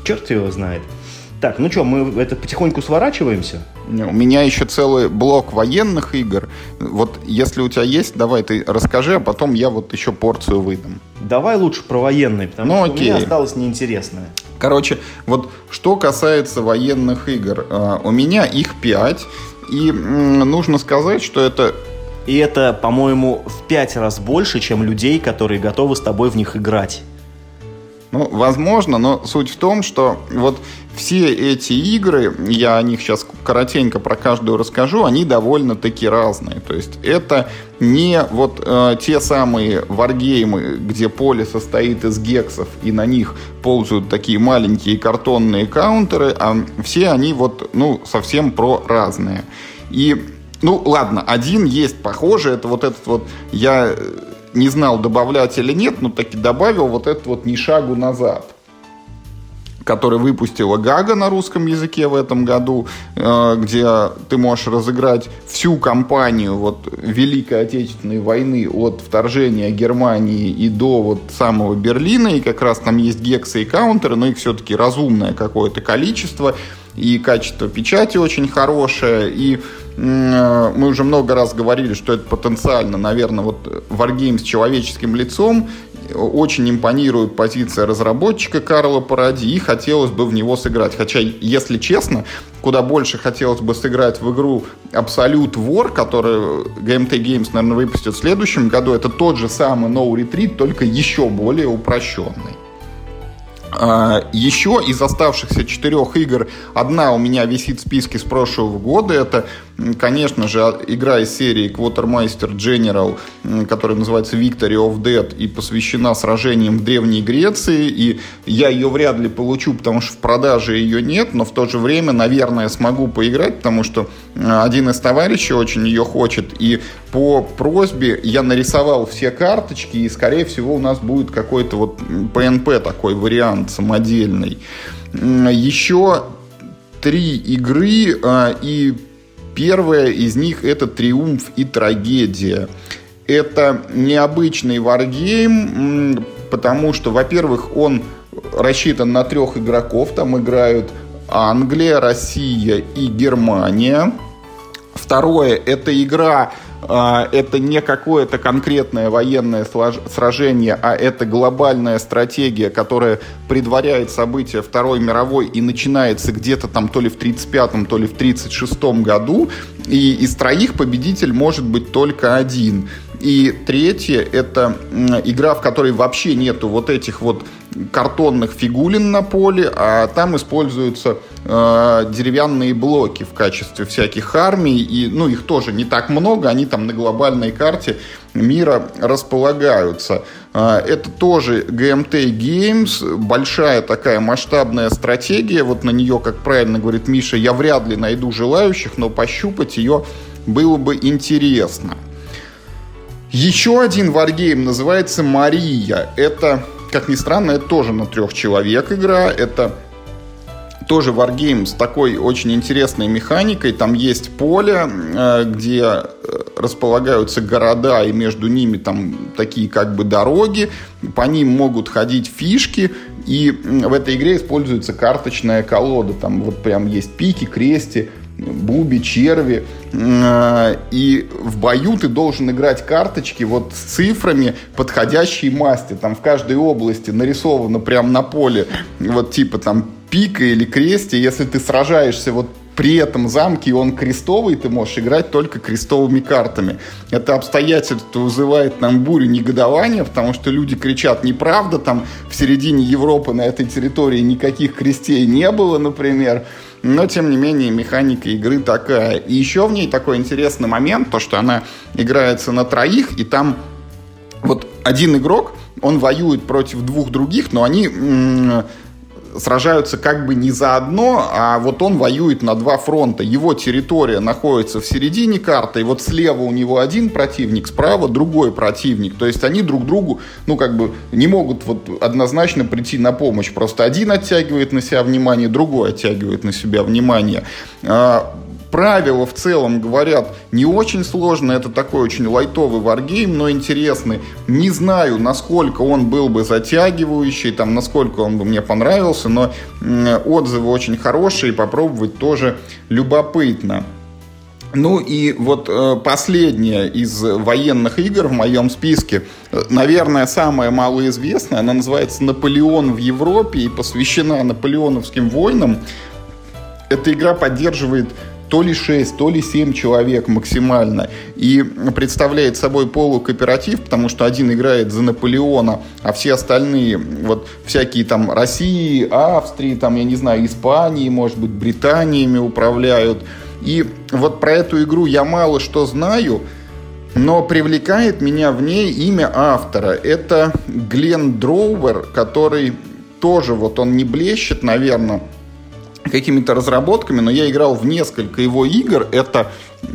черт его знает. Так, ну что, мы это потихоньку сворачиваемся? У меня еще целый блок военных игр. Вот если у тебя есть, давай ты расскажи, а потом я вот еще порцию выдам. Давай лучше про военные, потому что у меня осталось неинтересное. Короче, вот что касается военных игр, у меня их 5, и нужно сказать, что это... И это, по-моему, в 5 раз больше, чем людей, которые готовы с тобой в них играть. Ну, возможно, но суть в том, что вот все эти игры, я о них сейчас коротенько про каждую расскажу, они довольно-таки разные. То есть это не вот те самые варгеймы, где поле состоит из гексов, и на них ползают такие маленькие картонные каунтеры, а все они вот, ну, совсем про разные. И, ну, ладно, один есть похожий, это вот этот вот, я не знал, добавлять или нет, но таки добавил вот этот вот «Ни шагу назад», который выпустила Гага на русском языке в этом году, где ты можешь разыграть всю кампанию вот Великой Отечественной войны от вторжения Германии и до вот самого Берлина, и как раз там есть гексы и каунтеры, но их все-таки разумное какое-то количество, и качество печати очень хорошее, и мы уже много раз говорили, что это потенциально, наверное, вот варгейм с человеческим лицом. Очень импонирует позиция разработчика Карла Паради, и хотелось бы в него сыграть. Хотя, если честно, куда больше хотелось бы сыграть в игру Absolute War, которую GMT Games, наверное, выпустит в следующем году. Это тот же самый No Retreat, только еще более упрощенный. Еще из оставшихся 4 игр одна у меня висит в списке с прошлого года. Это, конечно же, игра из серии Quartermaster General, которая называется Victory of Dead и посвящена сражениям в Древней Греции. И я ее вряд ли получу, потому что в продаже ее нет, но в то же время, наверное, смогу поиграть, потому что один из товарищей очень ее хочет. И по просьбе я нарисовал все карточки, и, скорее всего, у нас будет какой-то вот PNP такой вариант самодельный. Еще 3 игры, и первая из них это «Триумф и трагедия». Это необычный варгейм, потому что, во-первых, он рассчитан на 3 игроков. Там играют Англия, Россия и Германия. Второе, это игра, это не какое-то конкретное военное сражение, а это глобальная стратегия, которая предваряет события Второй мировой и начинается где-то там то ли в 1935-м, то ли в 1936 году. И из 3 победитель может быть только один. И третье, это игра, в которой вообще нету вот этих вот картонных фигулин на поле, а там используются деревянные блоки в качестве всяких армий, и, ну, их тоже не так много, они там на глобальной карте мира располагаются. Это тоже GMT Games, большая такая масштабная стратегия, вот на нее, как правильно говорит Миша, я вряд ли найду желающих, но пощупать ее было бы интересно. Еще один варгейм называется «Мария». Это, как ни странно, это тоже на 3 человек игра. Это тоже варгейм с такой очень интересной механикой. Там есть поле, где располагаются города, и между ними там такие как бы дороги. По ним могут ходить фишки. И в этой игре используется карточная колода. Там вот прям есть пики, крести, буби, черви. И в бою ты должен играть карточки вот с цифрами подходящей масти. Там в каждой области нарисовано прямо на поле вот типа там пика или крести. Если ты сражаешься вот при этом замке, и он крестовый, ты можешь играть только крестовыми картами. Это обстоятельство вызывает нам бурю негодования, потому что люди кричат: неправда, там в середине Европы на этой территории никаких крестей не было, например. Но, тем не менее, механика игры такая. И еще в ней такой интересный момент, то, что она играется на 3, и там вот один игрок, он воюет против 2 других, но они сражаются как бы не заодно, а вот он воюет на 2 фронта. Его территория находится в середине карты, и вот слева у него один противник, справа другой противник. То есть они друг другу, ну, как бы не могут вот однозначно прийти на помощь. Просто один оттягивает на себя внимание, другой оттягивает на себя внимание. правила в целом, говорят, не очень сложно. Это такой очень лайтовый варгейм, но интересный. Не знаю, насколько он был бы затягивающий, там, насколько он бы мне понравился, но отзывы очень хорошие, попробовать тоже любопытно. Ну и вот последняя из военных игр в моем списке, наверное, самая малоизвестная, она называется «Наполеон в Европе» и посвящена наполеоновским войнам. Эта игра поддерживает то ли 6, то ли 7 человек максимально. И представляет собой полукооператив, потому что один играет за Наполеона, а все остальные, вот всякие там России, Австрии, там, я не знаю, Испании, может быть, Британиями управляют. И вот про эту игру я мало что знаю, но привлекает меня в ней имя автора. Это Глен Дроувер, который тоже, вот он не блещет, наверное, какими-то разработками, но я играл в несколько его игр. Это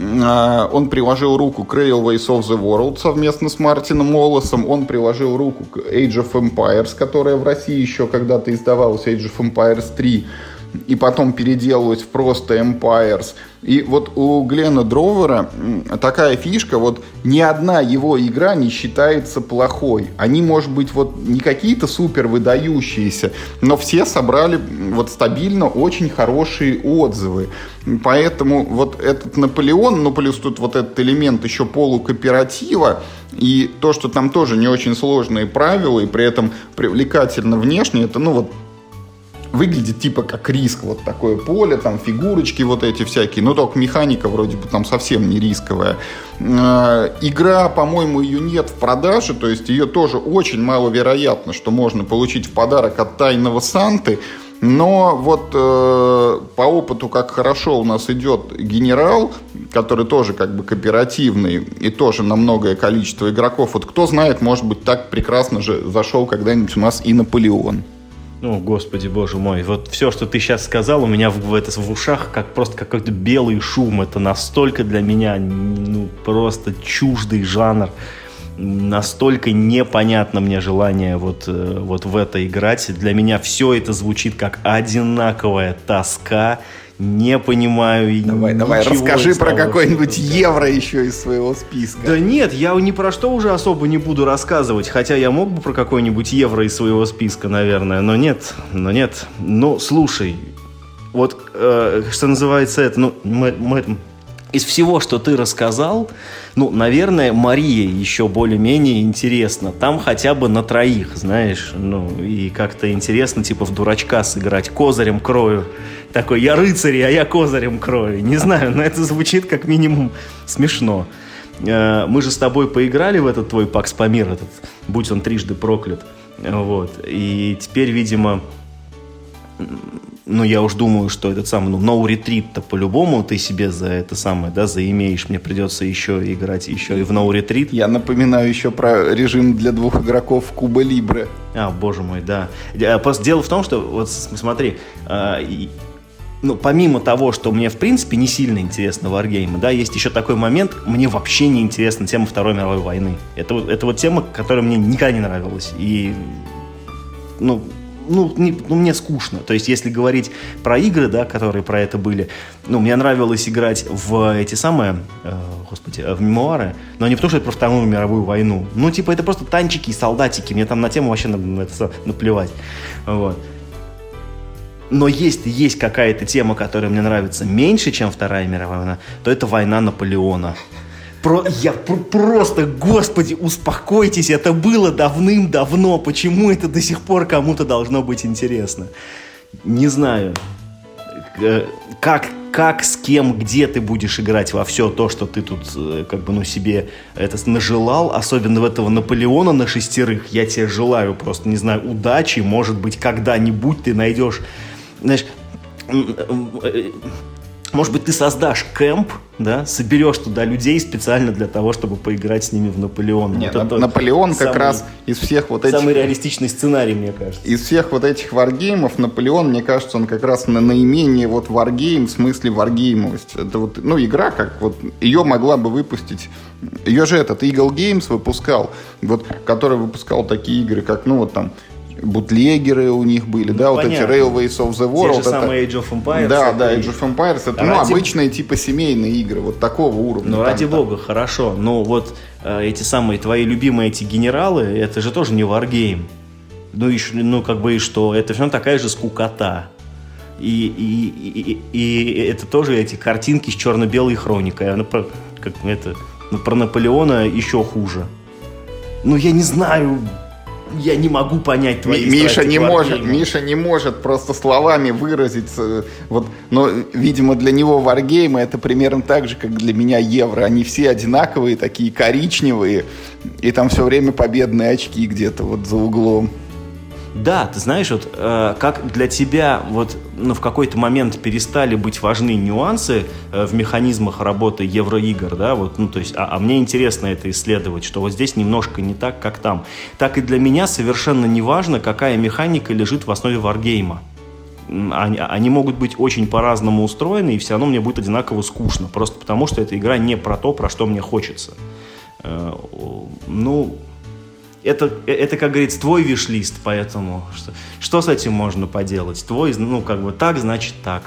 он приложил руку к Railways of the World совместно с Мартином Уоллесом. Он приложил руку к Age of Empires, которая в России еще когда-то издавалась, Age of Empires 3, и потом переделалась в просто Empires. И вот у Глена Дровера такая фишка, вот ни одна его игра не считается плохой. Они, может быть, вот не какие-то супер выдающиеся, но все собрали вот стабильно очень хорошие отзывы. Поэтому вот этот Наполеон, ну плюс тут вот этот элемент еще полукооператива, и то, что там тоже не очень сложные правила, и при этом привлекательно внешне, это, ну вот, выглядит типа как риск, вот такое поле, там фигурочки вот эти всякие, но только механика вроде бы там совсем не рисковая. Игра, по-моему, ее нет в продаже, то есть ее тоже очень маловероятно, что можно получить в подарок от Тайного Санты, но вот по опыту, как хорошо у нас идет Генерал, который тоже как бы кооперативный и тоже на многое количество игроков, вот кто знает, может быть, так прекрасно же зашел когда-нибудь у нас и Наполеон. О, Господи, Боже мой, вот все, что ты сейчас сказал, у меня в ушах как просто какой-то белый шум. Это настолько для меня, ну, просто чуждый жанр. Настолько непонятно мне желание вот в это играть. Для меня все это звучит как одинаковая тоска. Не понимаю. Давай, расскажи про какой-нибудь евро еще из своего списка. Да нет, я ни про что уже особо не буду рассказывать. Хотя я мог бы про какой-нибудь евро из своего списка, наверное. Но нет. Ну, слушай, вот что называется это, ну, из всего, что ты рассказал, ну, наверное, Мария еще более-менее интересна. Там хотя бы на троих, знаешь, ну, и как-то интересно, типа, в дурачка сыграть, козырем крою. Такой, я рыцарь, а я козырем крою. Не знаю, но это звучит как минимум смешно. Мы же с тобой поиграли в этот твой Пакс Памир, этот, будь он трижды проклят. Вот. И теперь, видимо, ну, я уж думаю, что этот самый, No Retreat-то по-любому ты себе за это самое, да, заимеешь. Мне придется еще играть еще и в No Retreat. Я напоминаю еще про режим для 2 игроков Куба Либре. Боже мой, да. Просто дело в том, что, вот смотри, ну, помимо того, что мне, в принципе, не сильно интересно варгеймы, да, есть еще такой момент, мне вообще не интересна тема Второй мировой войны. Это вот тема, которая мне никогда не нравилась. И, мне скучно. То есть, если говорить про игры, да, которые про это были, ну, мне нравилось играть в эти самые, в мемуары, но не потому, что это про Вторую мировую войну. Ну, типа, это просто танчики и солдатики. Мне там на тему вообще наплевать. Вот. Но есть какая-то тема, которая мне нравится меньше, чем Вторая мировая война, то это война Наполеона. Просто, господи, успокойтесь, это было давным-давно. Почему это до сих пор кому-то должно быть интересно? Не знаю. Как, с кем, где ты будешь играть во все то, что ты тут себе это нажелал, особенно в этого Наполеона на 6. Я тебе желаю просто, не знаю, удачи. Может быть, когда-нибудь ты найдешь, знаешь, может быть, ты создашь кэмп, да, соберешь туда людей специально для того, чтобы поиграть с ними в Наполеона. Нет, вот Наполеон как раз из всех вот этих... Самый реалистичный сценарий, мне кажется. Из всех вот этих варгеймов Наполеон, мне кажется, он как раз на наименее вот варгейм в смысле варгеймовости. Это вот, ну, игра, как вот, ее могла бы выпустить... Ее же этот Eagle Games выпускал, вот, который выпускал такие игры, как, ну, вот там... бутлегеры у них были, да, вот понятно. эти Railways of the World. Те же самые Age of Empires. Да, Age of Empires, это обычные типа семейные игры, вот такого уровня. Ну, ради бога, хорошо, но вот эти самые твои любимые эти генералы, это же тоже не варгейм. Ну, как бы, и что, это все равно такая же скукота. И это тоже эти картинки с черно-белой хроникой. Про Наполеона еще хуже. Ну, я не знаю, я не могу понять твои Миша не может просто словами выразиться. Вот, но, видимо, для него варгеймы это примерно так же, как для меня евро. Они все одинаковые, такие коричневые, и там все время победные очки где-то вот за углом. Да, ты знаешь, вот как для тебя вот, в какой-то момент перестали быть важны нюансы в механизмах работы евроигр, да, вот, то есть, а мне интересно это исследовать, что вот здесь немножко не так, как там. Так и для меня совершенно не важно, какая механика лежит в основе варгейма. Они могут быть очень по-разному устроены, и все равно мне будет одинаково скучно, просто потому что эта игра не про то, про что мне хочется. Это, как говорится, твой виш-лист, поэтому что с этим можно поделать? Твой, так, значит так.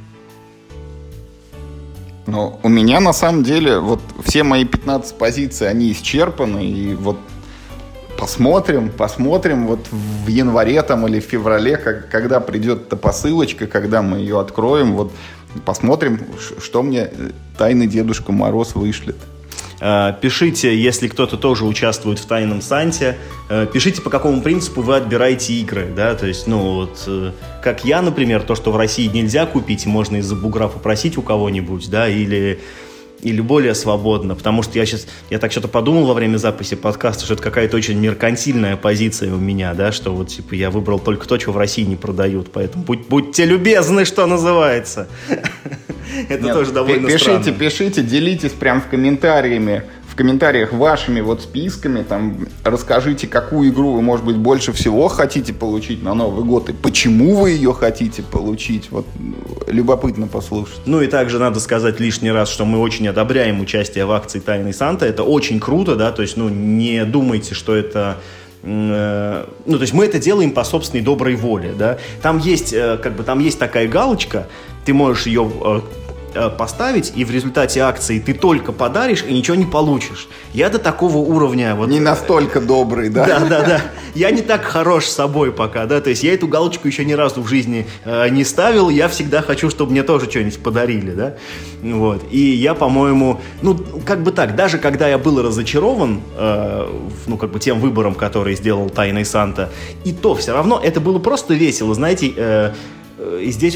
Ну, у меня, на самом деле, вот все мои 15 позиций, они исчерпаны, и вот посмотрим вот в январе там или в феврале, когда придет эта посылочка, когда мы ее откроем, вот посмотрим, что мне тайный Дедушка Мороз вышлет. Пишите, если кто-то тоже участвует в Тайном Санте, пишите, по какому принципу вы отбираете игры, да, то есть, как я, например, то, что в России нельзя купить, можно из-за бугра попросить у кого-нибудь, да, или более свободно, потому что я так что-то подумал во время записи подкаста, что это какая-то очень меркантильная позиция у меня, да, что вот, типа, я выбрал только то, что в России не продают, поэтому будьте любезны, что называется. Это тоже довольно странно. Пишите, делитесь прям в комментариях вашими вот списками, там, расскажите, какую игру вы, может быть, больше всего хотите получить на Новый год, и почему вы ее хотите получить, вот, любопытно послушать. Ну и также надо сказать лишний раз, что мы очень одобряем участие в акции «Тайный Санта», это очень круто, да, то есть, не думайте, что это... то есть мы это делаем по собственной доброй воле, да. Там есть такая галочка, ты можешь ее поставить, и в результате акции ты только подаришь и ничего не получишь. Я до такого уровня... Не настолько добрый, да? Да. Я не так хорош с собой пока, да, то есть я эту галочку еще ни разу в жизни не ставил, я всегда хочу, чтобы мне тоже что-нибудь подарили, да, вот. И я, по-моему, даже когда я был разочарован, тем выбором, который сделал Тайный Санта, и то все равно это было просто весело, знаете, и здесь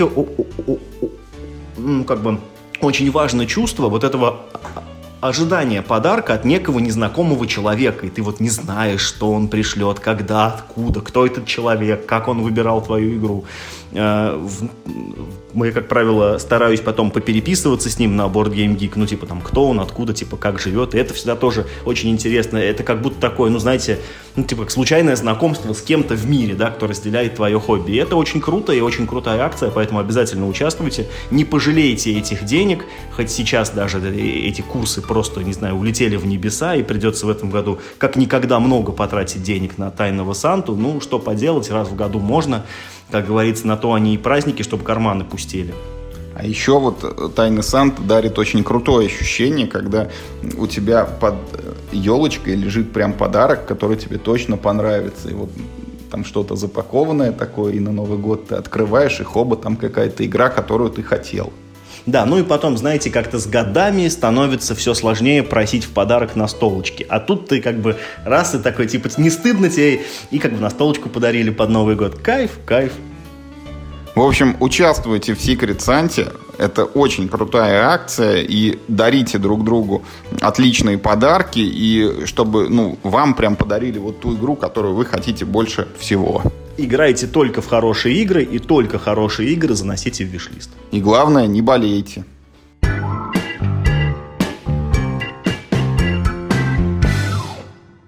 очень важно чувство вот этого ожидания подарка от некого незнакомого человека, и ты вот не знаешь, что он пришлет, когда, откуда, кто этот человек, как он выбирал твою игру. Мы, как правило, стараюсь потом попереписываться с ним на Board Game Geek, кто он, откуда, как живет, и это всегда тоже очень интересно. Это как будто такое, как случайное знакомство с кем-то в мире, да, кто разделяет твое хобби. И это очень круто и очень крутая акция, поэтому обязательно участвуйте. Не пожалейте этих денег, хоть сейчас даже эти курсы просто, улетели в небеса, и придется в этом году как никогда много потратить денег на Тайного Санту. Что поделать, раз в году можно. Как говорится, на то они и праздники, чтобы карманы пустели. А еще вот Тайный Санта дарит очень крутое ощущение, когда у тебя под елочкой лежит прям подарок, который тебе точно понравится. И вот там что-то запакованное такое, и на Новый год ты открываешь, и хоба, там какая-то игра, которую ты хотел. Да, и потом, знаете, как-то с годами становится все сложнее просить в подарок настолочки. А тут ты раз и такой, не стыдно тебе, и настолочку подарили под Новый год. Кайф. В общем, участвуйте в Secret Santa. Это очень крутая акция. И дарите друг другу отличные подарки. И чтобы вам прям подарили вот ту игру, которую вы хотите больше всего. Играйте только в хорошие игры. И только хорошие игры заносите в виш-лист. И главное, не болейте.